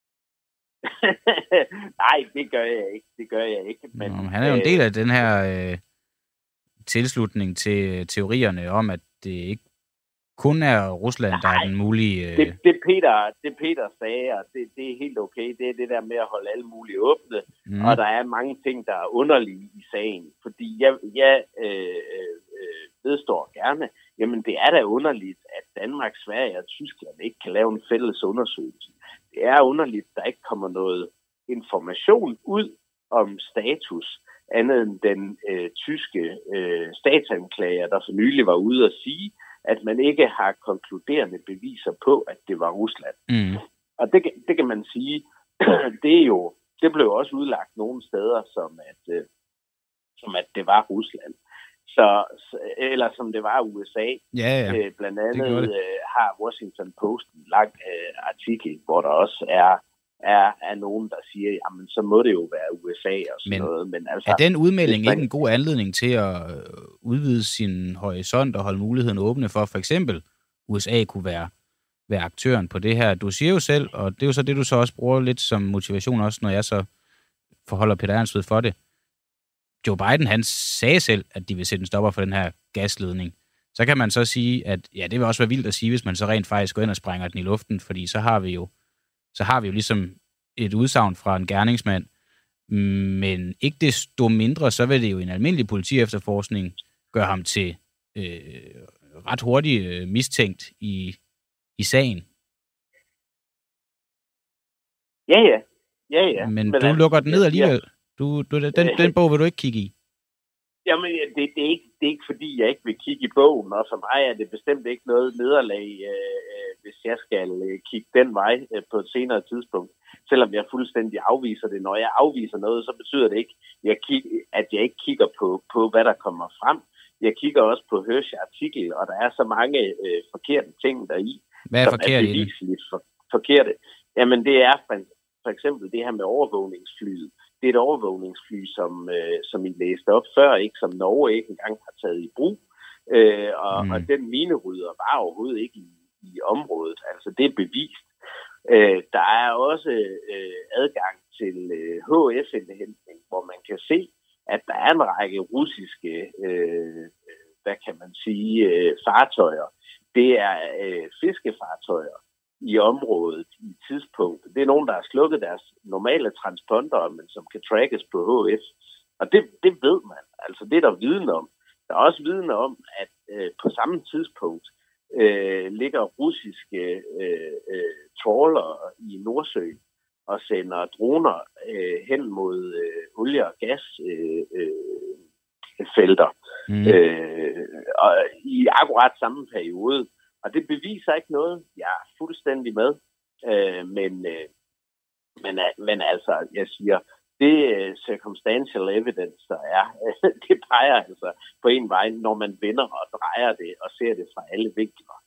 Nej, det gør jeg ikke. Det gør jeg ikke. Men, Nå, men han er jo en del af den her øh, tilslutning til teorierne om, at det ikke kun er Rusland, nej, der er den mulige... Øh... Det, det, Peter, det Peter sagde, og det, det er helt okay, det er det der med at holde alle mulige åbne, mm. og der er mange ting, der er underlige i sagen. Fordi jeg, jeg øh, øh, vedstår gerne, jamen det er da underligt, at Danmark, Sverige og Tyskland ikke kan lave en fælles undersøgelse. Det er underligt, at der ikke kommer noget information ud om status, andet end den øh, tyske øh, statsanklager, der for nylig var ude at sige, at man ikke har konkluderende beviser på, at det var Rusland. Mm. Og det, det kan man sige, det er jo, det det blev også udlagt nogle steder, som at, øh, som at det var Rusland. Så, eller som det var U S A. Ja, ja. Øh, blandt andet det det. Øh, har Washington Post en lang øh, artikel, hvor der også er, er, er nogen, der siger, jamen så må det jo være U S A og sådan Men noget. Men altså, er den udmelding man... ikke en god anledning til at udvide sin horisont og holde muligheden åbne for, for eksempel U S A kunne være, være aktøren på det her? Du siger jo selv, og det er jo så det, du så også bruger lidt som motivation også, når jeg så forholder Peter Ernst ved for det. Joe Biden, han sagde selv, at de vil sætte en stopper for den her gasledning. Så kan man så sige, at ja, det vil også være vildt at sige, hvis man så rent faktisk går ind og sprænger den i luften, fordi så har vi jo, så har vi jo ligesom et udsagn fra en gerningsmand. Men ikke desto mindre, så vil det jo en almindelig politiefterforskning gøre ham til øh, ret hurtigt øh, mistænkt i, i sagen. Ja, ja. ja, ja. Men, Men du altså, lukker den ned alligevel. Ja. Du, du, den, den bog vil du ikke kigge i? Jamen, det, det, er ikke, det er ikke fordi, jeg ikke vil kigge i bogen, og for mig er det bestemt ikke noget nederlag, øh, hvis jeg skal øh, kigge den vej øh, på et senere tidspunkt. Selvom jeg fuldstændig afviser det. Når jeg afviser noget, så betyder det ikke, jeg kig, at jeg ikke kigger på, på, hvad der kommer frem. Jeg kigger også på Hersh artikel, og der er så mange øh, forkerte ting deri. Hvad er forkert i det? For, forkerte. Jamen, det er for, for eksempel det her med overvågningsflyet. Det er et overvågningsfly, som, øh, som I læste op før, ikke, som Norge ikke engang har taget i brug. Øh, og, mm. og den minerydder var overhovedet ikke i, i området. Altså, det er bevist. Øh, der er også øh, adgang til øh, H F-indhentning, hvor man kan se, at der er en række russiske, øh, hvad kan man sige, øh, fartøjer. Det er øh, fiskefartøjer i området i et tidspunkt. Det er nogen, der har slukket deres normale transpondere, men som kan trackes på H F. Og det, det ved man. Altså, det er der viden om. Der er også viden om, at øh, på samme tidspunkt øh, ligger russiske øh, øh, trawlere i Nordsøen og sender droner øh, hen mod øh, olie- og gasfelter. Øh, øh, mm. øh, og i akkurat samme periode. Og det beviser ikke noget. Jeg er fuldstændig med. Øh, men, øh, men, men altså, jeg siger, det uh, circumstantial evidence, der er, det peger altså på en vej, når man vender og drejer det og ser det fra alle vinkler.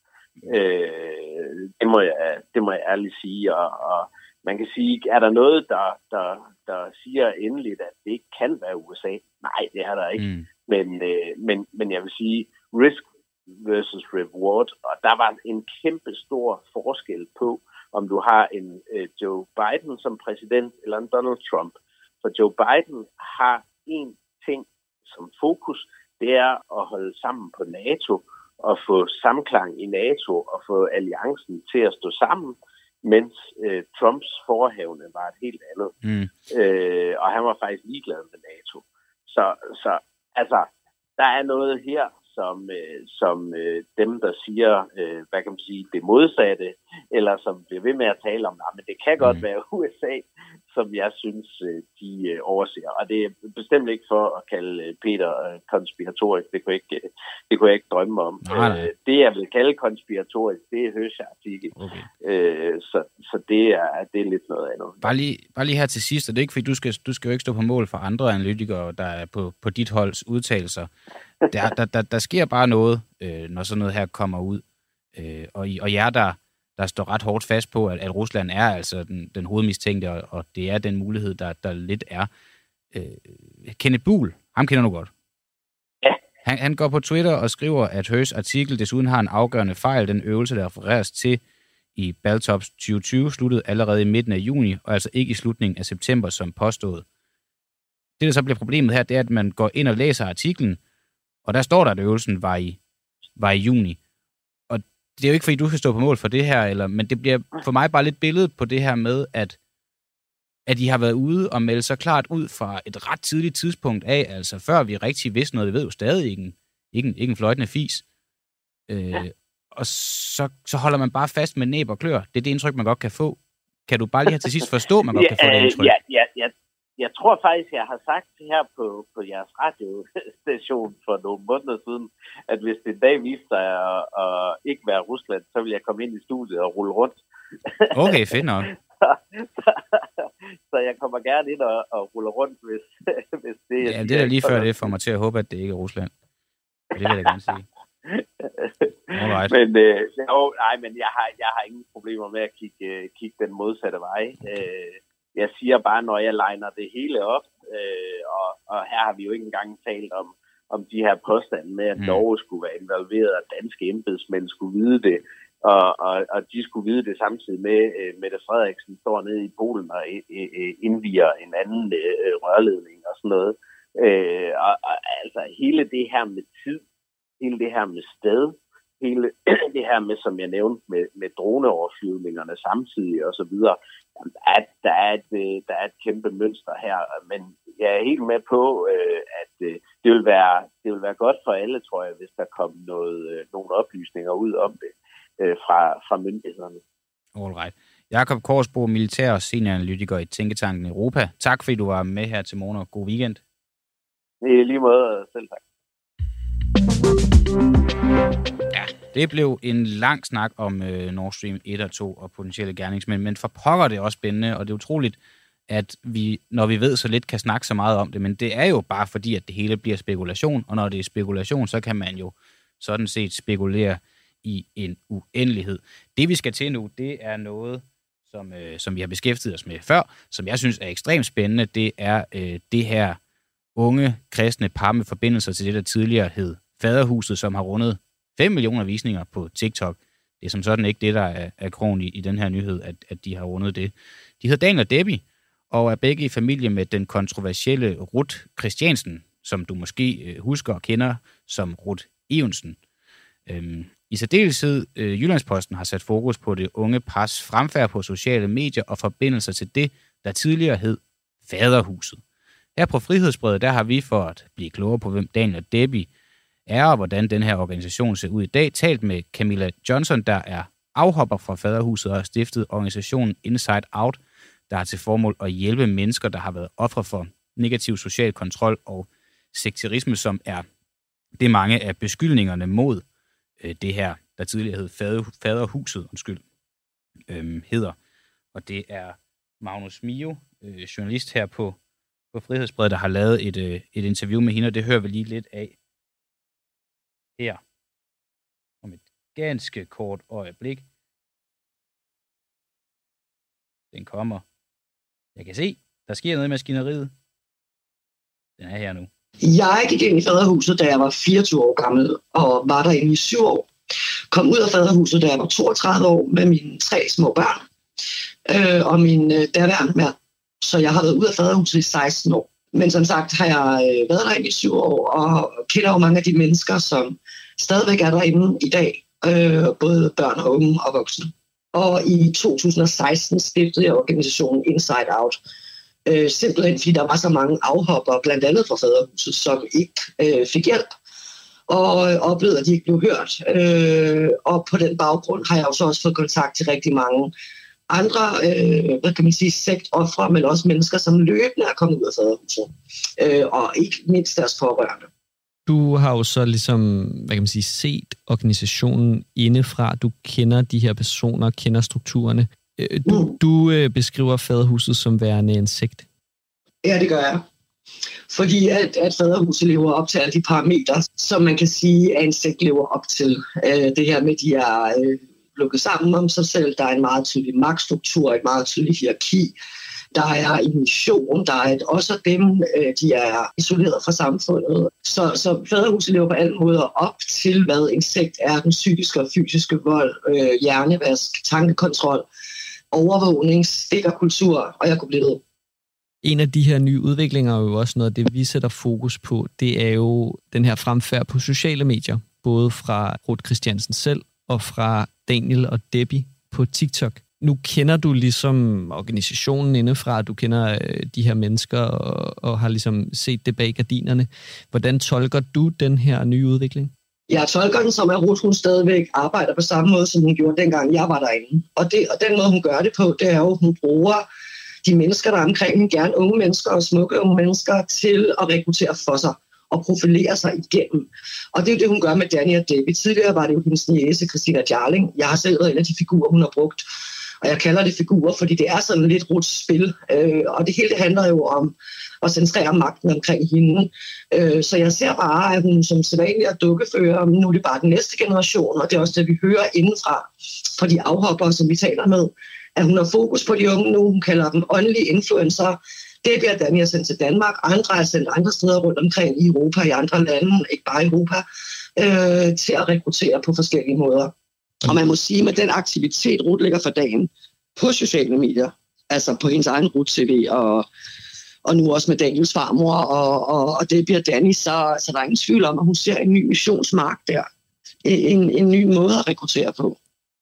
Øh, det, må jeg, det må jeg ærligt sige. Og, og man kan sige, er der noget, der, der, der siger endeligt, at det ikke kan være U S A? Nej, det er der ikke. Mm. Men, øh, men, men jeg vil sige, risk versus reward, og der var en kæmpe stor forskel på, om du har en øh, Joe Biden som præsident eller en Donald Trump. For Joe Biden har én ting som fokus, det er at holde sammen på NATO og få samklang i NATO og få alliancen til at stå sammen, mens øh, Trumps forhavne var et helt andet. Mm. Øh, og han var faktisk ligeglad med NATO. Så, så altså, der er noget her, som, øh, som øh, dem, der siger, øh, hvad kan man sige, det modsatte, eller som bliver ved med at tale om, nej, men det kan godt mm. være U S A, som jeg synes, øh, de øh, overser. Og det er bestemt ikke for at kalde øh, Peter øh, konspiratorisk. Det kunne, ikke, øh, det kunne jeg ikke drømme om. Nej, nej. Øh, det, jeg vil kalde konspiratorisk, det er Hersh artikel. Okay. Øh, så så det, er, det er lidt noget andet. Bare lige, bare lige her til sidst, og det er ikke, fordi du skal, du skal jo ikke stå på mål for andre analytikere, der er på, på dit holds udtalelser. Der, der, der, der sker bare noget, øh, når sådan noget her kommer ud. Øh, og, og jer, der, der står ret hårdt fast på, at, at Rusland er altså den, den hovedmistænkte, og, og det er den mulighed, der, der lidt er. Øh, Kenneth Buhl, ham kender du godt. Ja. Han, han går på Twitter og skriver, at Hershs artikel desuden har en afgørende fejl. Den øvelse, der refereres til i Baltops tyve tyve, sluttede allerede i midten af juni, og altså ikke i slutningen af september, som påstået. Det, der så bliver problemet her, det er, at man går ind og læser artiklen, og der står der, at øvelsen var i, var i juni. Og det er jo ikke, fordi du skal stå på mål for det her, eller, men det bliver for mig bare lidt billedet på det her med, at, at de har været ude og melde sig klart ud fra et ret tidligt tidspunkt af, altså før vi rigtig vidste noget, det ved jo stadig ikke en, ikke en, ikke en fløjtende fis. Øh, ja. Og så, så holder man bare fast med næb og klør. Det er det indtryk, man godt kan få. Kan du bare lige her til sidst forstå, at man godt ja, kan få det indtryk? Ja, ja, ja. Jeg tror faktisk, jeg har sagt her på, på jeres radiostation for nogle måneder siden, at hvis det en dag viste sig at, at ikke være Rusland, så vil jeg komme ind i studiet og rulle rundt. Okay, fedt nok. så, så, så så jeg kommer gerne ind og, og ruller rundt, hvis, hvis det er... Ja, det er lige før det får mig til at håbe, at det ikke er Rusland. Det vil jeg gerne sige. Alright. Men, øh, jo, nej, men jeg har, jeg har ingen problemer med at kigge, kigge den modsatte vej. Øh, jeg siger bare, når jeg liner det hele op, øh, og, og her har vi jo ikke engang talt om, om de her påstande med, at Norge skulle være involveret, og danske embedsmænd skulle vide det, og, og, og de skulle vide det samtidig med, at uh, Mette Frederiksen står nede i Polen og uh, indviger en anden uh, rørledning og sådan noget. Uh, og, og altså hele det her med tid, hele det her med sted, hele det her med, som jeg nævnte, med, med droneoverflyvningerne samtidig og så videre, at der er, et, der er et kæmpe mønster her. Men jeg er helt med på, at det vil være, det vil være godt for alle, tror jeg, hvis der kom noget, nogle oplysninger ud om det fra, fra myndighederne. Alright. Jakob Korsbo, militær og senioranalytiker i Tænketanken Europa. Tak fordi du var med her til morgen, og god weekend. I lige måde, selv tak. Ja, det blev en lang snak om øh, Nord Stream et og to og potentielle gerningsmænd, men for pokker det er også spændende, og det er utroligt, at vi, når vi ved så lidt, kan snakke så meget om det, men det er jo bare fordi, at det hele bliver spekulation, og når det er spekulation, så kan man jo sådan set spekulere i en uendelighed. Det vi skal til nu, det er noget, som, øh, som vi har beskæftiget os med før, som jeg synes er ekstremt spændende, det er øh, det her unge kristne par med forbindelser til det, der tidligere hed Faderhuset, som har rundet fem millioner visninger på TikTok. Det er som sådan ikke det, der er, er krogen i, i den her nyhed, at, at de har rundet det. De hedder Daniel og Debbie, og er begge i familie med den kontroversielle Ruth Christiansen, som du måske husker og kender som Ruth Evensen. Øhm, I særdeleshed øh, Jyllandsposten har sat fokus på det unge pars fremfærd på sociale medier og forbindelser til det, der tidligere hed Faderhuset. Her på Frihedsbrevet, der har vi for at blive klogere på, hvem Daniel og Debbie er, og hvordan den her organisation ser ud i dag, talt med Camilla Johnson, der er afhopper fra Faderhuset og har stiftet organisationen Inside Out, der har til formål at hjælpe mennesker, der har været ofre for negativ social kontrol og sekterisme, som er det mange af beskyldningerne mod øh, det her, der tidligere hed Fader, Faderhuset, undskyld, øh, hedder. Og det er Magnus Mio, øh, journalist her på, på Frihedsbrevet, der har lavet et, øh, et interview med hende, og det hører vi lige lidt af her om et ganske kort øjeblik. Den kommer. Jeg kan se, der sker noget i maskineriet. Den er her nu. Jeg gik ind i Faderhuset, da jeg var fireogtyve år gammel, og var derinde i syv år. Kom ud af Faderhuset, da jeg var toogtredive år, med mine tre små børn øh, og min øh, derværende mand. Så jeg har været ud af Faderhuset i seksten år. Men som sagt har jeg øh, været derinde i syv år, og kender jo mange af de mennesker, som stadigvæk er derinde i dag. Øh, både børn og unge og voksne. Og i to tusind og seksten stiftede jeg organisationen Inside Out. Øh, simpelthen fordi der var så mange afhopper, blandt andet fra Faderhuset, som ikke øh, fik hjælp. Og øh, oplevede, at de ikke blev hørt. Øh, og på den baggrund har jeg jo så også fået kontakt til rigtig mange andre, øh, hvad kan man sige, sektoffre, men også mennesker, som løbende er kommet ud af Faderhuset. Øh, og ikke mindst deres pårørende. Du har jo så ligesom, hvad kan man sige, set organisationen indefra. Du kender de her personer, kender strukturerne. Du, mm. du øh, beskriver Faderhuset som værende en sekt. Ja, det gør jeg. Fordi at, at Faderhuset lever op til alle de parametre, som man kan sige, at en sekt lever op til. Øh, det her med, de er øh, lukket sammen om sig selv. Der er en meget tydelig magtstruktur, et meget tydeligt hierarki. Der er en mission, der er et, også dem, øh, de er isoleret fra samfundet. Så, så Faderhuset lever på alle måder op til, hvad en sekt er: den psykiske og fysiske vold, øh, hjernevask, tankekontrol, overvågning, stikkerkultur, og jeg kunne blive ved. En af de her nye udviklinger er jo også noget af det, vi sætter fokus på. Det er jo den her fremfærd på sociale medier, både fra Ruth Christiansen selv og fra Daniel og Debbie på TikTok. Nu kender du ligesom organisationen indefra, du kender de her mennesker og, og har ligesom set det bag gardinerne. Hvordan tolker du den her nye udvikling? Jeg tolker den som, at Ruth, hun stadigvæk arbejder på samme måde, som hun gjorde dengang jeg var derinde. Og, det, og den måde, hun gør det på, det er jo, at hun bruger de mennesker, der er omkring hende, gerne unge mennesker og smukke unge mennesker, til at rekruttere for sig og profilere sig igennem. Og det er jo det, hun gør med Daniel og Debbie. Tidligere var det jo hendes niece, Christina Jarling. Jeg har selv været en af de figurer, hun har brugt. Og jeg kalder det figurer, fordi det er sådan lidt rudt spil. Øh, og det hele det handler jo om at centrere magten omkring hende. Øh, så jeg ser bare, at hun som sædvanlig er dukkefører. Nu er det bare den næste generation, og det er også det, vi hører indenfra fra de afhoppere, som vi taler med, at hun har fokus på de unge nu. Hun kalder dem åndelige influencer. Det bliver Dani sendt til Danmark. Andre er sendt andre steder rundt omkring i Europa, i andre lande, ikke bare i Europa, øh, til at rekruttere på forskellige måder. Og man må sige, med den aktivitet, Ruth lægger for dagen på sociale medier, altså på hendes egen Ruth T V, og, og nu også med Daniels farmor, og, og, og det bliver Dani, så, så der er ingen tvivl om, at hun ser en ny missionsmark der. En, en ny måde at rekruttere på.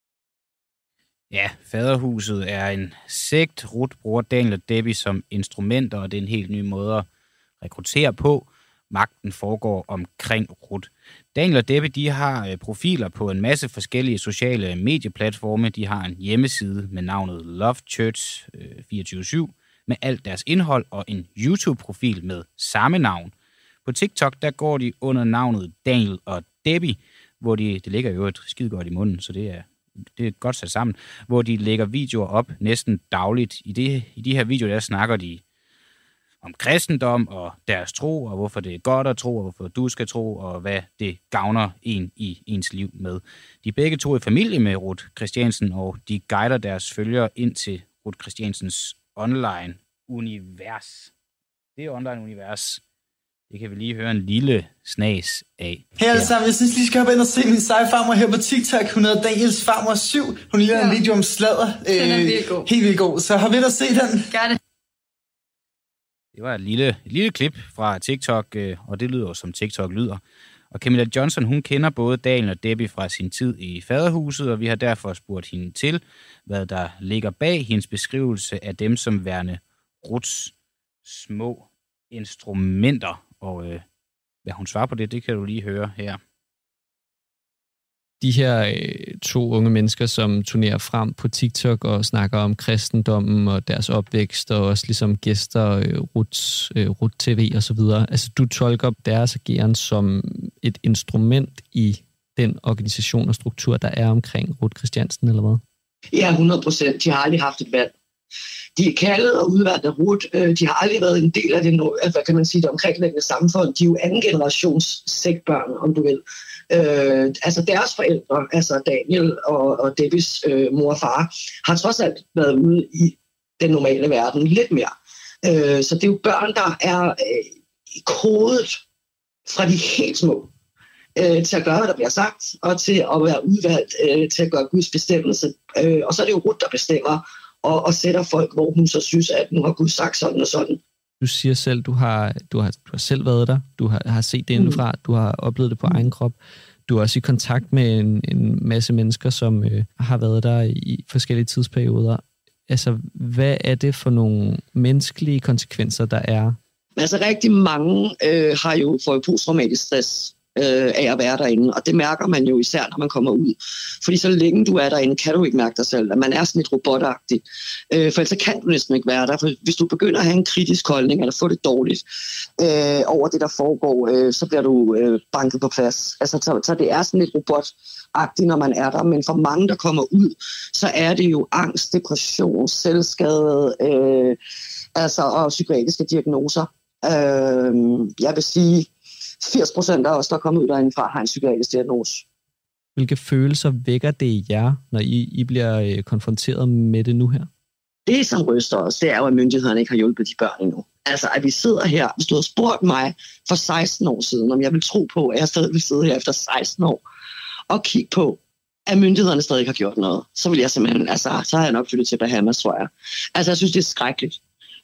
Ja, Faderhuset er en sekt. Ruth bruger Daniel og Debbie som instrumenter, og det er en helt ny måde at rekruttere på. Magten foregår omkring Ruth. Daniel og Debbie, de har profiler på en masse forskellige sociale medieplatforme. De har en hjemmeside med navnet Love Church fireogtyve syv med alt deres indhold, og en YouTube-profil med samme navn. På TikTok, der går de under navnet Daniel og Debbie, hvor de, det ligger jo et skide godt i munden, så det er det er godt sat sammen, hvor de lægger videoer op næsten dagligt. I, det, i de her videoer, der snakker de om kristendom og deres tro, og hvorfor det er godt at tro, og hvorfor du skal tro, og hvad det gavner en i ens liv med. De er begge to i familie med Ruth Christiansen, og de guider deres følgere ind til Ruth Christiansens online-univers. Det er online-univers. Det kan vi lige høre en lille snas af. Hej alle sammen, jeg synes lige skal hoppe ind og se min seje farmor her på TikTok. Hun hedder Daniels farmor syv. Hun lige ja. en video om sladder. Den er virkelig god. Helt vildt god. Så hop ind og se den. Gør det. Det var et lille, et lille klip fra TikTok, og det lyder som TikTok lyder. Og Camilla Johnson, hun kender både Daniel og Debbie fra sin tid i Faderhuset, og vi har derfor spurgt hende til, hvad der ligger bag hendes beskrivelse af dem som værende Ruths små instrumenter. Og øh, hvad hun svarer på det, det kan du lige høre her. De her øh, to unge mennesker, som turnerer frem på TikTok og snakker om kristendommen og deres opvækst, og også ligesom gæster, øh, Ruths, øh, Ruth T V og så videre. Altså, du tolker deres ageren som et instrument i den organisation og struktur, der er omkring Ruth Christiansen, eller hvad? Ja, hundrede procent. De har aldrig haft et valg. De er kaldet og udvalgt af Ruth. De har aldrig været en del af det, hvad kan man sige, det omkringliggende samfund. De er jo anden generations sektbørn, om du vil. Øh, altså deres forældre, altså Daniel og, og Debbies øh, mor og far, har trods alt været ude i den normale verden lidt mere. Øh, så det er jo børn, der er øh, kodet fra de helt små øh, til at gøre, hvad der bliver sagt, og til at være udvalgt øh, til at gøre Guds bestemmelse. Øh, og så er det jo Ruth, der bestemmer, Og, og sætter folk, hvor hun så synes, at nu har Gud sagt sådan og sådan. Du siger selv, du har, du har, du har selv været der, du har, har set det indefra, du har oplevet det på egen krop. Du er også i kontakt med en, en masse mennesker, som øh, har været der i forskellige tidsperioder. Altså, hvad er det for nogle menneskelige konsekvenser, der er? Altså, rigtig mange øh, har jo fået posttraumatisk stress øh, af at være derinde, og det mærker man jo især, når man kommer ud. Fordi så længe du er derinde, kan du ikke mærke dig selv, at man er sådan lidt robotagtig. Øh, for ellers kan du næsten ikke være der, for hvis du begynder at have en kritisk holdning, eller få det dårligt øh, over det, der foregår, øh, så bliver du øh, banket på plads. Altså, så, så det er sådan lidt robotagtigt, når man er der, men for mange, der kommer ud, så er det jo angst, depression, selvskade, øh, altså, og psykiatriske diagnoser. Øh, jeg vil sige, firs procent af os, der er kommet ud derindefra, har en psykiatrisk diagnose. Hvilke følelser vækker det i jer, når I, I bliver øh, konfronteret med det nu her? Det, som ryster os, det er jo, at myndighederne ikke har hjulpet de børn endnu. Altså, at vi sidder her, hvis du havde spurgt mig for seksten år siden, om jeg vil tro på, at jeg stadig vil sidde her efter seksten år, og kigge på, at myndighederne stadig ikke har gjort noget, så vil jeg simpelthen, altså, så har jeg nok flyttet til Bahamas, tror jeg. Altså, jeg synes, det er skrækkeligt.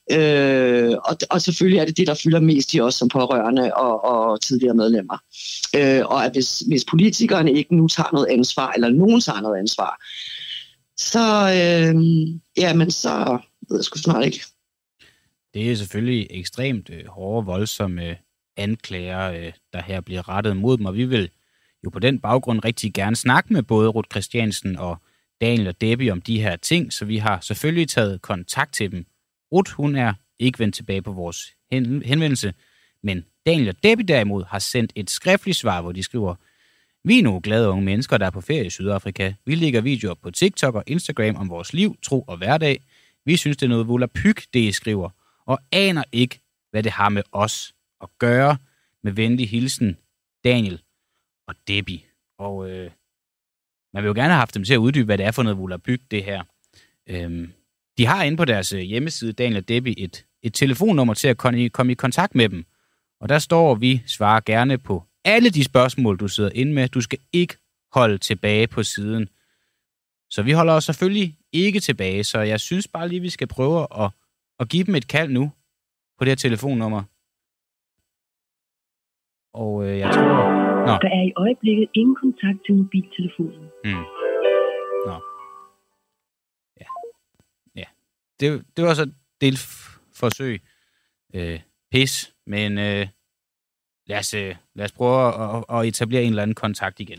Øh, og, og selvfølgelig er det det, der fylder mest i os som pårørende og, og tidligere medlemmer. Øh, og at hvis, hvis politikerne ikke nu tager noget ansvar, eller nogen tager noget ansvar, så, øh, jamen, så ved jeg sgu snart ikke. Det er selvfølgelig ekstremt øh, hårde, voldsomme øh, anklager, øh, der her bliver rettet mod dem, og vi vil jo på den baggrund rigtig gerne snakke med både Ruth Christiansen og Daniel og Debbie om de her ting, så vi har selvfølgelig taget kontakt til dem. Ruth, hun er ikke vendt tilbage på vores henvendelse, men Daniel og Debbie derimod har sendt et skriftligt svar, hvor de skriver, Vi er nogle glade unge mennesker, der er på ferie i Sydafrika. Vi lægger videoer på TikTok og Instagram om vores liv, tro og hverdag. Vi synes, det er noget volapyk, det I skriver, og aner ikke, hvad det har med os at gøre. Med venlig hilsen, Daniel og Debbie. Og øh, man vil jo gerne have haft dem til at uddybe, hvad det er for noget volapyk, det her. Øhm, de har inde på deres hjemmeside, Daniel og Debbie, et, et telefonnummer til at komme i kontakt med dem. Og der står, vi svarer gerne på alle de spørgsmål, du sidder inde med. Du skal ikke holde tilbage på siden. Så vi holder os selvfølgelig ikke tilbage, så jeg synes bare lige, vi skal prøve at, at give dem et kald nu på det her telefonnummer. Og øh, jeg tror... Nå. Der er i øjeblikket ingen kontakt til mobiltelefonen. Hmm. Nå. Ja. Ja. Det, det var så et delforsøg. Øh, pis, men øh, lad, os, øh, lad os prøve at, at etablere en eller anden kontakt igen.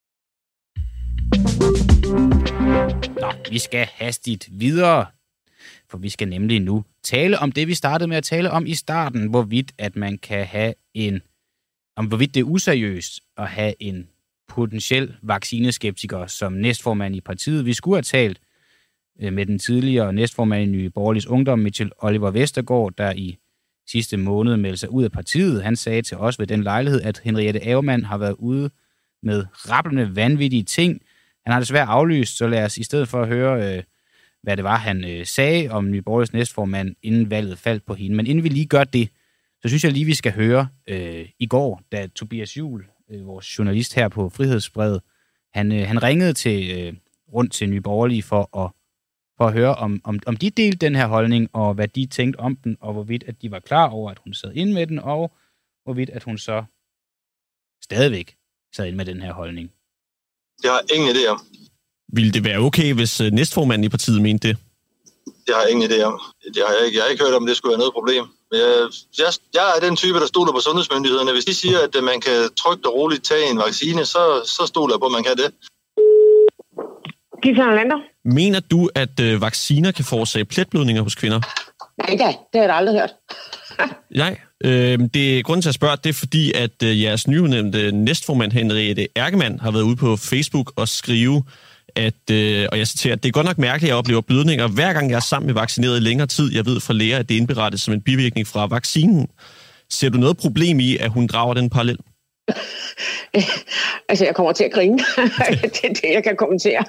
Nå, vi skal hastigt videre, for vi skal nemlig nu tale om det, vi startede med at tale om i starten, hvorvidt at man kan have en, om hvorvidt det er useriøst at have en potentiel vaccineskeptiker som næstformand i partiet. Vi skulle have talt med den tidligere næstformand i Nye Borgerliges Ungdom, Michel Oliver Vestergaard, der i sidste måned meldte sig ud af partiet. Han sagde til os ved den lejlighed, at Henriette Aumann har været ude med rablende vanvittige ting. Han har desværre aflyst, så lad os i stedet for at høre, øh, hvad det var, han øh, sagde om Nye Borgerliges næstformand, inden valget faldt på hende. Men inden vi lige gør det, så synes jeg lige, vi skal høre øh, i går, da Tobias Juhl, øh, vores journalist her på Frihedsbrevet, han, øh, han ringede til, øh, rundt til Nye Borgerlige for at, for at høre, om, om, om de delte den her holdning, og hvad de tænkte om den, og hvorvidt at de var klar over, at hun sad inde med den, og hvorvidt at hun så stadigvæk sad inde med den her holdning. Jeg har ingen idé om. Ville det være okay, hvis næstformanden i partiet mente det? Jeg har ingen idé om. Jeg har ikke, jeg har ikke hørt om, det skulle være noget problem. Jeg, jeg, jeg er den type, der stoler på sundhedsmyndighederne. Hvis de siger, at man kan trygt og roligt tage en vaccine, så, så stoler jeg på, at man kan det. Mener du, at øh, vacciner kan forårsage pletblødninger hos kvinder? Nej da, det har jeg aldrig hørt. Nej, øh, det er grunden til at spørge, det er fordi, at øh, jeres nyudnævnte næstformand Henriette Aumann har været ude på Facebook og skrive, at, øh, og jeg citerer, det er godt nok mærkeligt, at jeg oplever blødninger, hver gang jeg er sammen med vaccineret i længere tid. Jeg ved fra læger, at det er indberettet som en bivirkning fra vaccinen. Ser du noget problem i, at hun drager den parallel? Altså, jeg kommer til at grine. Det er det, jeg kan kommentere.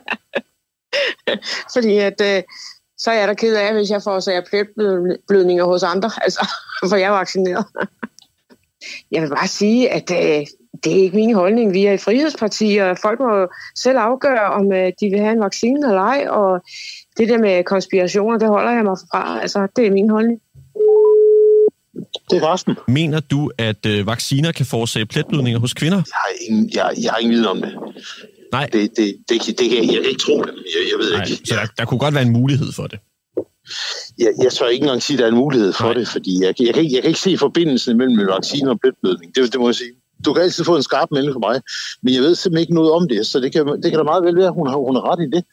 Fordi at, øh, så er jeg da ked af, hvis jeg får så jeg pletblødninger hos andre, altså, for jeg er vaccineret. Jeg vil bare sige, at øh, det er ikke min holdning. Vi er et frihedsparti, og folk må selv afgøre, om øh, de vil have en vaccine eller ej, og det der med konspirationer, det holder jeg mig fra. Altså, det er min holdning. Det er Carsten. Mener du, at øh, vacciner kan forårsage pletblødninger hos kvinder? Jeg har ingen, jeg, jeg har ingen viden om det. Nej. Det, det, det, det, det kan, jeg kan ikke tro det. Jeg, jeg ved Nej, ikke. Så der, der kunne godt være en mulighed for det. Jeg, jeg tør ikke engang sige, at der er en mulighed for Nej. det, fordi jeg, jeg, kan ikke, jeg kan ikke se forbindelsen mellem vacciner og pletblødning. Det, det må jeg sige. Du kan altid få en skarp melding for mig, men jeg ved simpelthen ikke noget om det, så det kan, det kan da meget vel være, at hun har, hun har ret i det.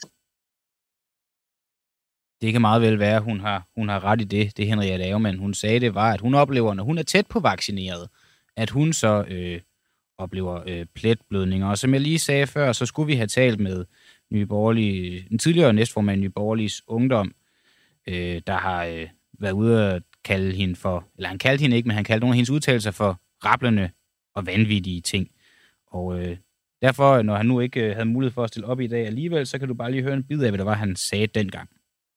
Det kan meget vel være, at hun har, hun har ret i det, det Henriette Aumann, hun sagde, det var, at hun oplever, når hun er tæt på vaccineret, at hun så øh, oplever øh, pletblødninger. Og som jeg lige sagde før, så skulle vi have talt med Nye Borgerlige, en tidligere næstformand i Nye Borgerliges Ungdom, øh, der har øh, været ude at kalde hende for, eller han kaldte hende ikke, men han kaldte nogle af hendes udtalelser for rablende og vanvittige ting. Og øh, derfor, når han nu ikke øh, havde mulighed for at stille op i dag alligevel, så kan du bare lige høre en bid af, hvad det var, han sagde dengang.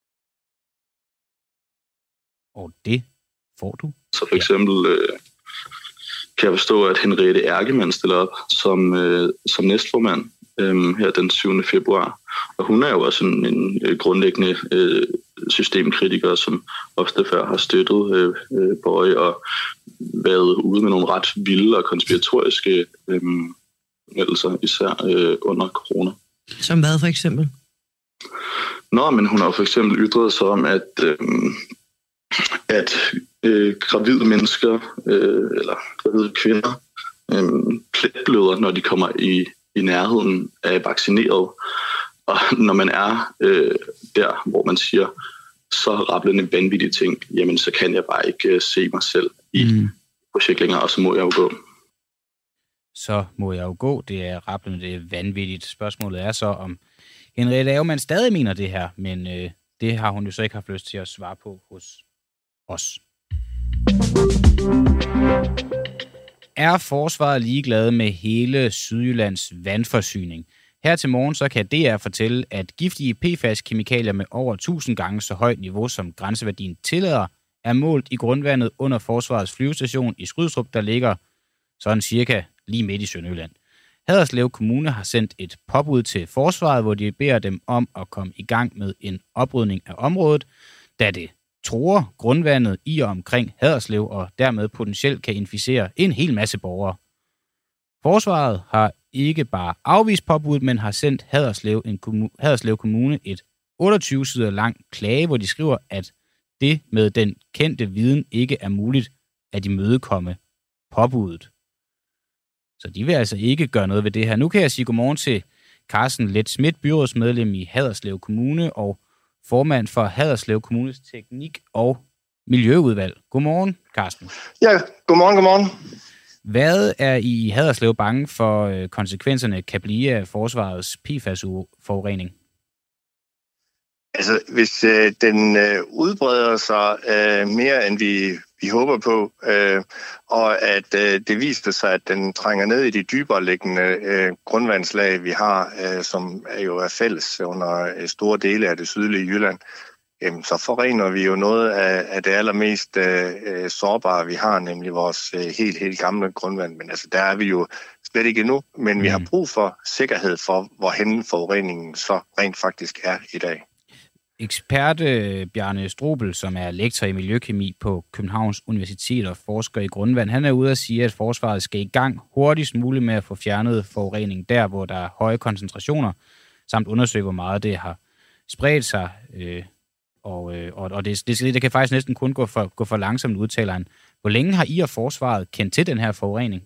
Og det får du. Så for eksempel øh, kan jeg forstå, at Henriette Aumann stiller op som, øh, som næstformand øh, her den syvende februar. Og hun er jo også en, en grundlæggende øh, systemkritiker, som ofte før har støttet øh, øh, Bøje og været ude med nogle ret vilde og konspiratoriske øh, meldelser, især øh, under corona. Som hvad for eksempel? Nå, men hun har for eksempel ytret sig om, at øh, at øh, gravide mennesker, øh, eller gravide kvinder, øh, pletbløder, når de kommer i, i nærheden af vaccineret. Og når man er øh, der, hvor man siger så rablende vanvittige ting, jamen så kan jeg bare ikke øh, se mig selv i mm. projekt længere, og så må jeg jo gå. så må jeg jo gå. Det er rappelende, det er vanvittigt. Spørgsmålet er så, om Henriette Aumann stadig mener det her, men øh, det har hun jo så ikke haft lyst til at svare på hos os. Er forsvaret ligeglade med hele Sydjyllands vandforsyning? Her til morgen så kan D R fortælle, at giftige P F A S-kemikalier med over tusind gange så højt niveau, som grænseværdien tillader, er målt i grundvandet under Forsvarets flyvestation i Skrydstrup, der ligger sådan cirka lige midt i Sønderjylland. Haderslev Kommune har sendt et påbud til Forsvaret, hvor de beder dem om at komme i gang med en oprydning af området, da det truer grundvandet i og omkring Haderslev og dermed potentielt kan inficere en hel masse borgere. Forsvaret har ikke bare afvist påbuddet, men har sendt Haderslev, en kommun, Haderslev Kommune et otteogtyve sider lang klage, hvor de skriver, at det med den kendte viden ikke er muligt at imødekomme påbuddet. Så de vil altså ikke gøre noget ved det her. Nu kan jeg sige godmorgen til Carsten Leth Schmidt, byrådsmedlem i Haderslev Kommune og formand for Haderslev Kommunes teknik- og miljøudvalg. Godmorgen, Carsten. Ja, godmorgen, godmorgen. Hvad er I i Haderslev bange for konsekvenserne kan blive af forsvarets P F A S-forurening? Altså, hvis øh, den øh, udbreder sig øh, mere, end vi, vi håber på, øh, og at øh, det viser sig, at den trænger ned i de dybere liggende øh, grundvandslag, vi har, øh, som er jo er fælles under øh, store dele af det sydlige Jylland, øh, så forurener vi jo noget af, af det allermest øh, sårbare, vi har, nemlig vores øh, helt, helt gamle grundvand. Men altså, der er vi jo slet ikke endnu, men mm. vi har brug for sikkerhed for, hvorhen forureningen så rent faktisk er i dag. Ekspert Bjarne Strobel, som er lektor i miljøkemi på Københavns Universitet og forsker i grundvand, han er ude at sige, at forsvaret skal i gang hurtigst muligt med at få fjernet forurening der, hvor der er høje koncentrationer, samt undersøge, hvor meget det har spredt sig. Øh, og øh, og det, det, det kan faktisk næsten kun gå for, gå for langsomt, udtaler han. Hvor længe har I og forsvaret kendt til den her forurening?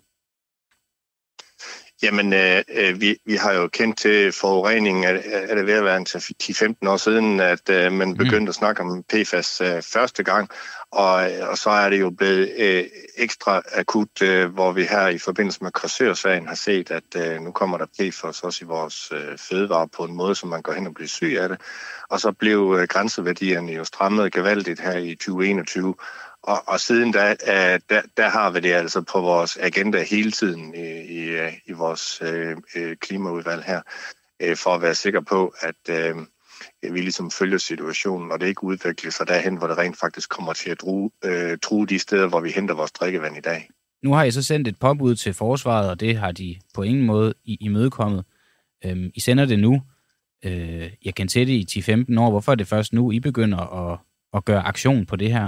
Jamen, øh, vi, vi har jo kendt til forureningen, at, at det ved at være en ti til femten år siden, at øh, man begyndte mm. at snakke om P F A S øh, første gang, og, og så er det jo blevet øh, ekstra akut, øh, hvor vi her i forbindelse med Korsør-sagen har set, at øh, nu kommer der P F A S også i vores øh, fødevarer på en måde, så man går hen og bliver syg af det, og så blev øh, grænseværdierne jo strammet gevaldigt her i tyve enogtyve, Og, og siden da, der, der har vi det altså på vores agenda hele tiden i, i, i vores øh, klimaudvalg her, øh, for at være sikker på, at øh, vi ligesom følger situationen, og det ikke udvikler sig derhen, hvor det rent faktisk kommer til at true, øh, true de steder, hvor vi henter vores drikkevand i dag. Nu har I så sendt et påbud til forsvaret, og det har de på ingen måde imødekommet. Øhm, I sender det nu. Øh, jeg kan til det i ti til femten år. Hvorfor er det først nu, I begynder at, at gøre aktion på det her?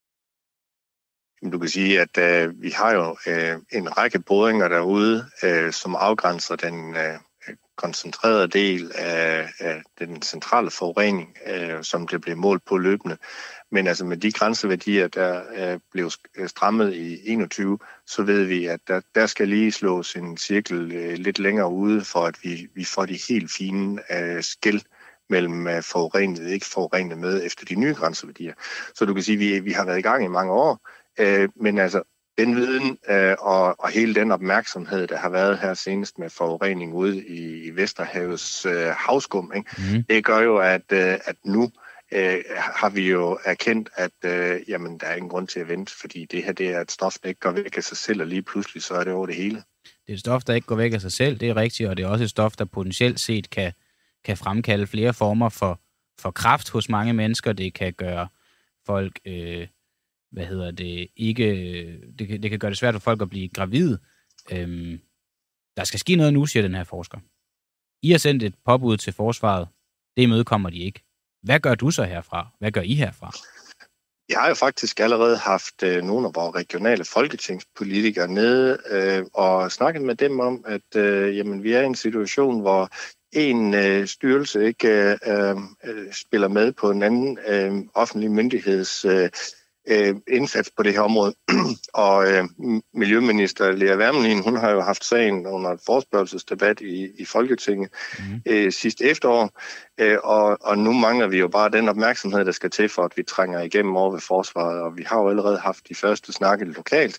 Du kan sige, at øh, vi har jo øh, en række boringer derude, øh, som afgrænser den øh, koncentrerede del af, af den centrale forurening, øh, som det bliver målt på løbende. Men altså med de grænseværdier, der øh, blev strammet i enogtyve, så ved vi, at der, der skal lige slås en cirkel øh, lidt længere ude, for at vi, vi får de helt fine øh, skel mellem øh, forurenet og ikke forurenet med efter de nye grænseværdier. Så du kan sige, at vi, vi har været i gang i mange år, Øh, men altså, den viden øh, og, og hele den opmærksomhed, der har været her senest med forurening ude i, i Vesterhavets øh, havskum, ikke? Mm. Det gør jo, at, øh, at nu øh, har vi jo erkendt, at øh, jamen, der er ingen grund til at vente, fordi det her det er et stof, der ikke går væk af sig selv, og lige pludselig så er det over det hele. Det er et stof, der ikke går væk af sig selv, det er rigtigt, og det er også et stof, der potentielt set kan, kan fremkalde flere former for, for kræft hos mange mennesker. Det kan gøre folk... Øh, hvad hedder det, ikke, det kan, det kan gøre det svært for folk at blive gravide. Øhm, der skal ske noget nu, siger den her forsker. I har sendt et påbud til forsvaret. Det imødekommer de ikke. Hvad gør du så herfra? Hvad gør I herfra? Jeg har jo faktisk allerede haft øh, nogle af vores regionale folketingspolitikere nede øh, og snakket med dem om, at øh, jamen, vi er i en situation, hvor en øh, styrelse ikke øh, øh, spiller med på en anden øh, offentlig myndigheds øh, Øh, indsats på det her område. Og øh, miljøminister Lea Wermelin, hun har jo haft sagen under et forespørgselsdebat i, i Folketinget mm. øh, sidste efterår, øh, og, og nu mangler vi jo bare den opmærksomhed, der skal til for, at vi trænger igennem over ved forsvaret, og vi har jo allerede haft de første snakke lokalt,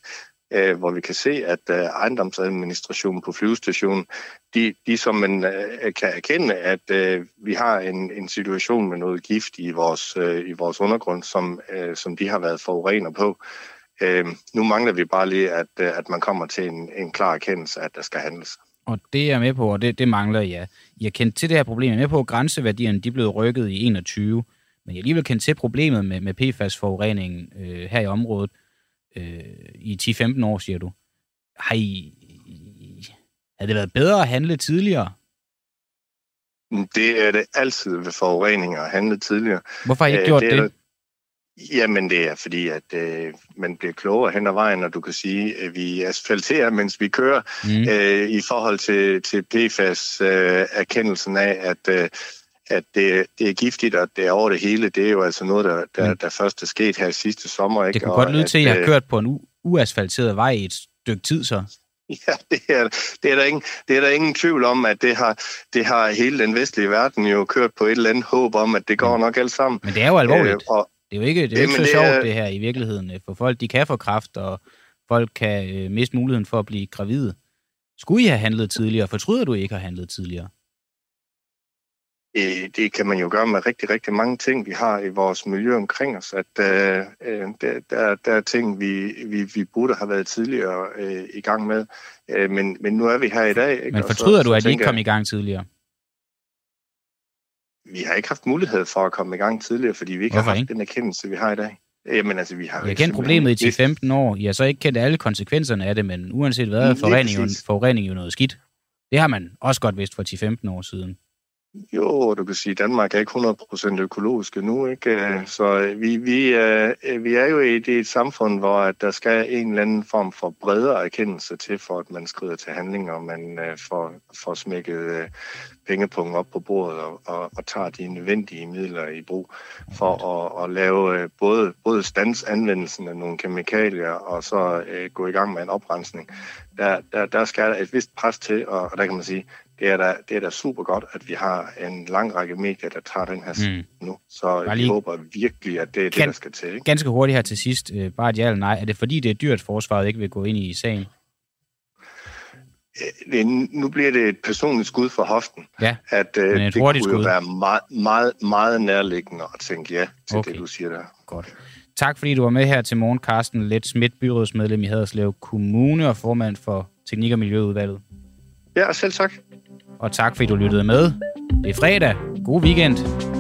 øh, hvor vi kan se, at øh, ejendomsadministrationen på flyvestationen, de, de som man øh, kan erkende, at øh, vi har en, en situation med noget gift i vores, øh, i vores undergrund, som, øh, som de har været forurener på. Øh, nu mangler vi bare lige, at, øh, at man kommer til en, en klar erkendelse, at der skal handles. Og det er jeg med på, og det, det mangler jeg. Jeg er kendt til det her problem. Jeg er med på, at grænseværdierne de er blevet rykket i enogtyve, men jeg er alligevel kendt til problemet med, med P F A S-forureningen øh, her i området øh, i ti til femten år, siger du. Har I, havde det været bedre at handle tidligere? Det er det altid ved forureninger at handle tidligere. Hvorfor har I ikke gjort det? det? det? Jamen, det er fordi, at øh, man bliver klogere hen ad vejen, og du kan sige, at vi asfalterer, mens vi kører, mm. øh, i forhold til, til P F A S-erkendelsen øh, af, at, øh, at det, det er giftigt, og det er over det hele. Det er jo altså noget, der, der, mm. der først er sket her sidste sommer. Ikke? Det kunne og godt lyde at, til, at jeg har kørt på en u- uasfalteret vej i et stykke tid, så. Ja, det er, det, er der ingen, det er der ingen tvivl om, at det har, det har hele den vestlige verden jo kørt på et eller andet håb om, at det går nok alt sammen. Men det er jo alvorligt. Øh, og Det er jo ikke, det er Jamen, ikke så det sjovt, er... det her i virkeligheden. For folk, de kan få kræft, og folk kan øh, miste muligheden for at blive gravide. Skulle I have handlet tidligere? Fortryder du ikke at have handlet tidligere? Det kan man jo gøre med rigtig, rigtig mange ting, vi har i vores miljø omkring os. At, øh, der, der, der er ting, vi, vi, vi burde have været tidligere øh, i gang med. Øh, men, men nu er vi her i dag. Ikke? Men fortryder så, du, at I ikke kom i gang tidligere? Vi har ikke haft mulighed for at komme i gang tidligere, fordi vi ikke Hvorfor har haft ikke? den erkendelse, vi har i dag. Jamen, altså, vi har I har kendt problemet i ti til femten år. I har så ikke kendt alle konsekvenserne af det, men uanset hvad, er forurening, jo, forurening jo noget skidt. Det har man også godt vidst for ti til femten år siden. Jo, du kan sige, at Danmark er ikke hundrede procent økologisk nu, ikke? Så vi, vi, vi er jo i et, et samfund, hvor der skal en eller anden form for bredere erkendelse til, for at man skrider til handling, og man får, får smækket pengepunkten op på bordet og, og, og tager de nødvendige midler i brug for at, at lave både, både standsanvendelsen af nogle kemikalier og så uh, gå i gang med en oprensning. Der, der, der skal der et vist pres til, og, og der kan man sige, det er, da, det er da super godt, at vi har en lang række medier, der tager den her mm. nu. Så vi håber virkelig, at det er det, der skal til. Ikke? Ganske hurtigt her til sidst, bare et ja eller nej. Er det fordi, det er dyrt, forsvaret ikke vil gå ind i sagen? Det, nu bliver det et personligt skud for hoften. Ja, at, uh, det kunne jo være meget, meget, meget nærliggende at tænke ja til okay. det, du siger der. Godt. Tak fordi du var med her til morgen, Carsten Leth Schmidt, byrådsmedlem i Haderslev Kommune og formand for Teknik- og Miljøudvalget. Ja, selv tak. Og tak fordi du lyttede med. Det er fredag. God weekend.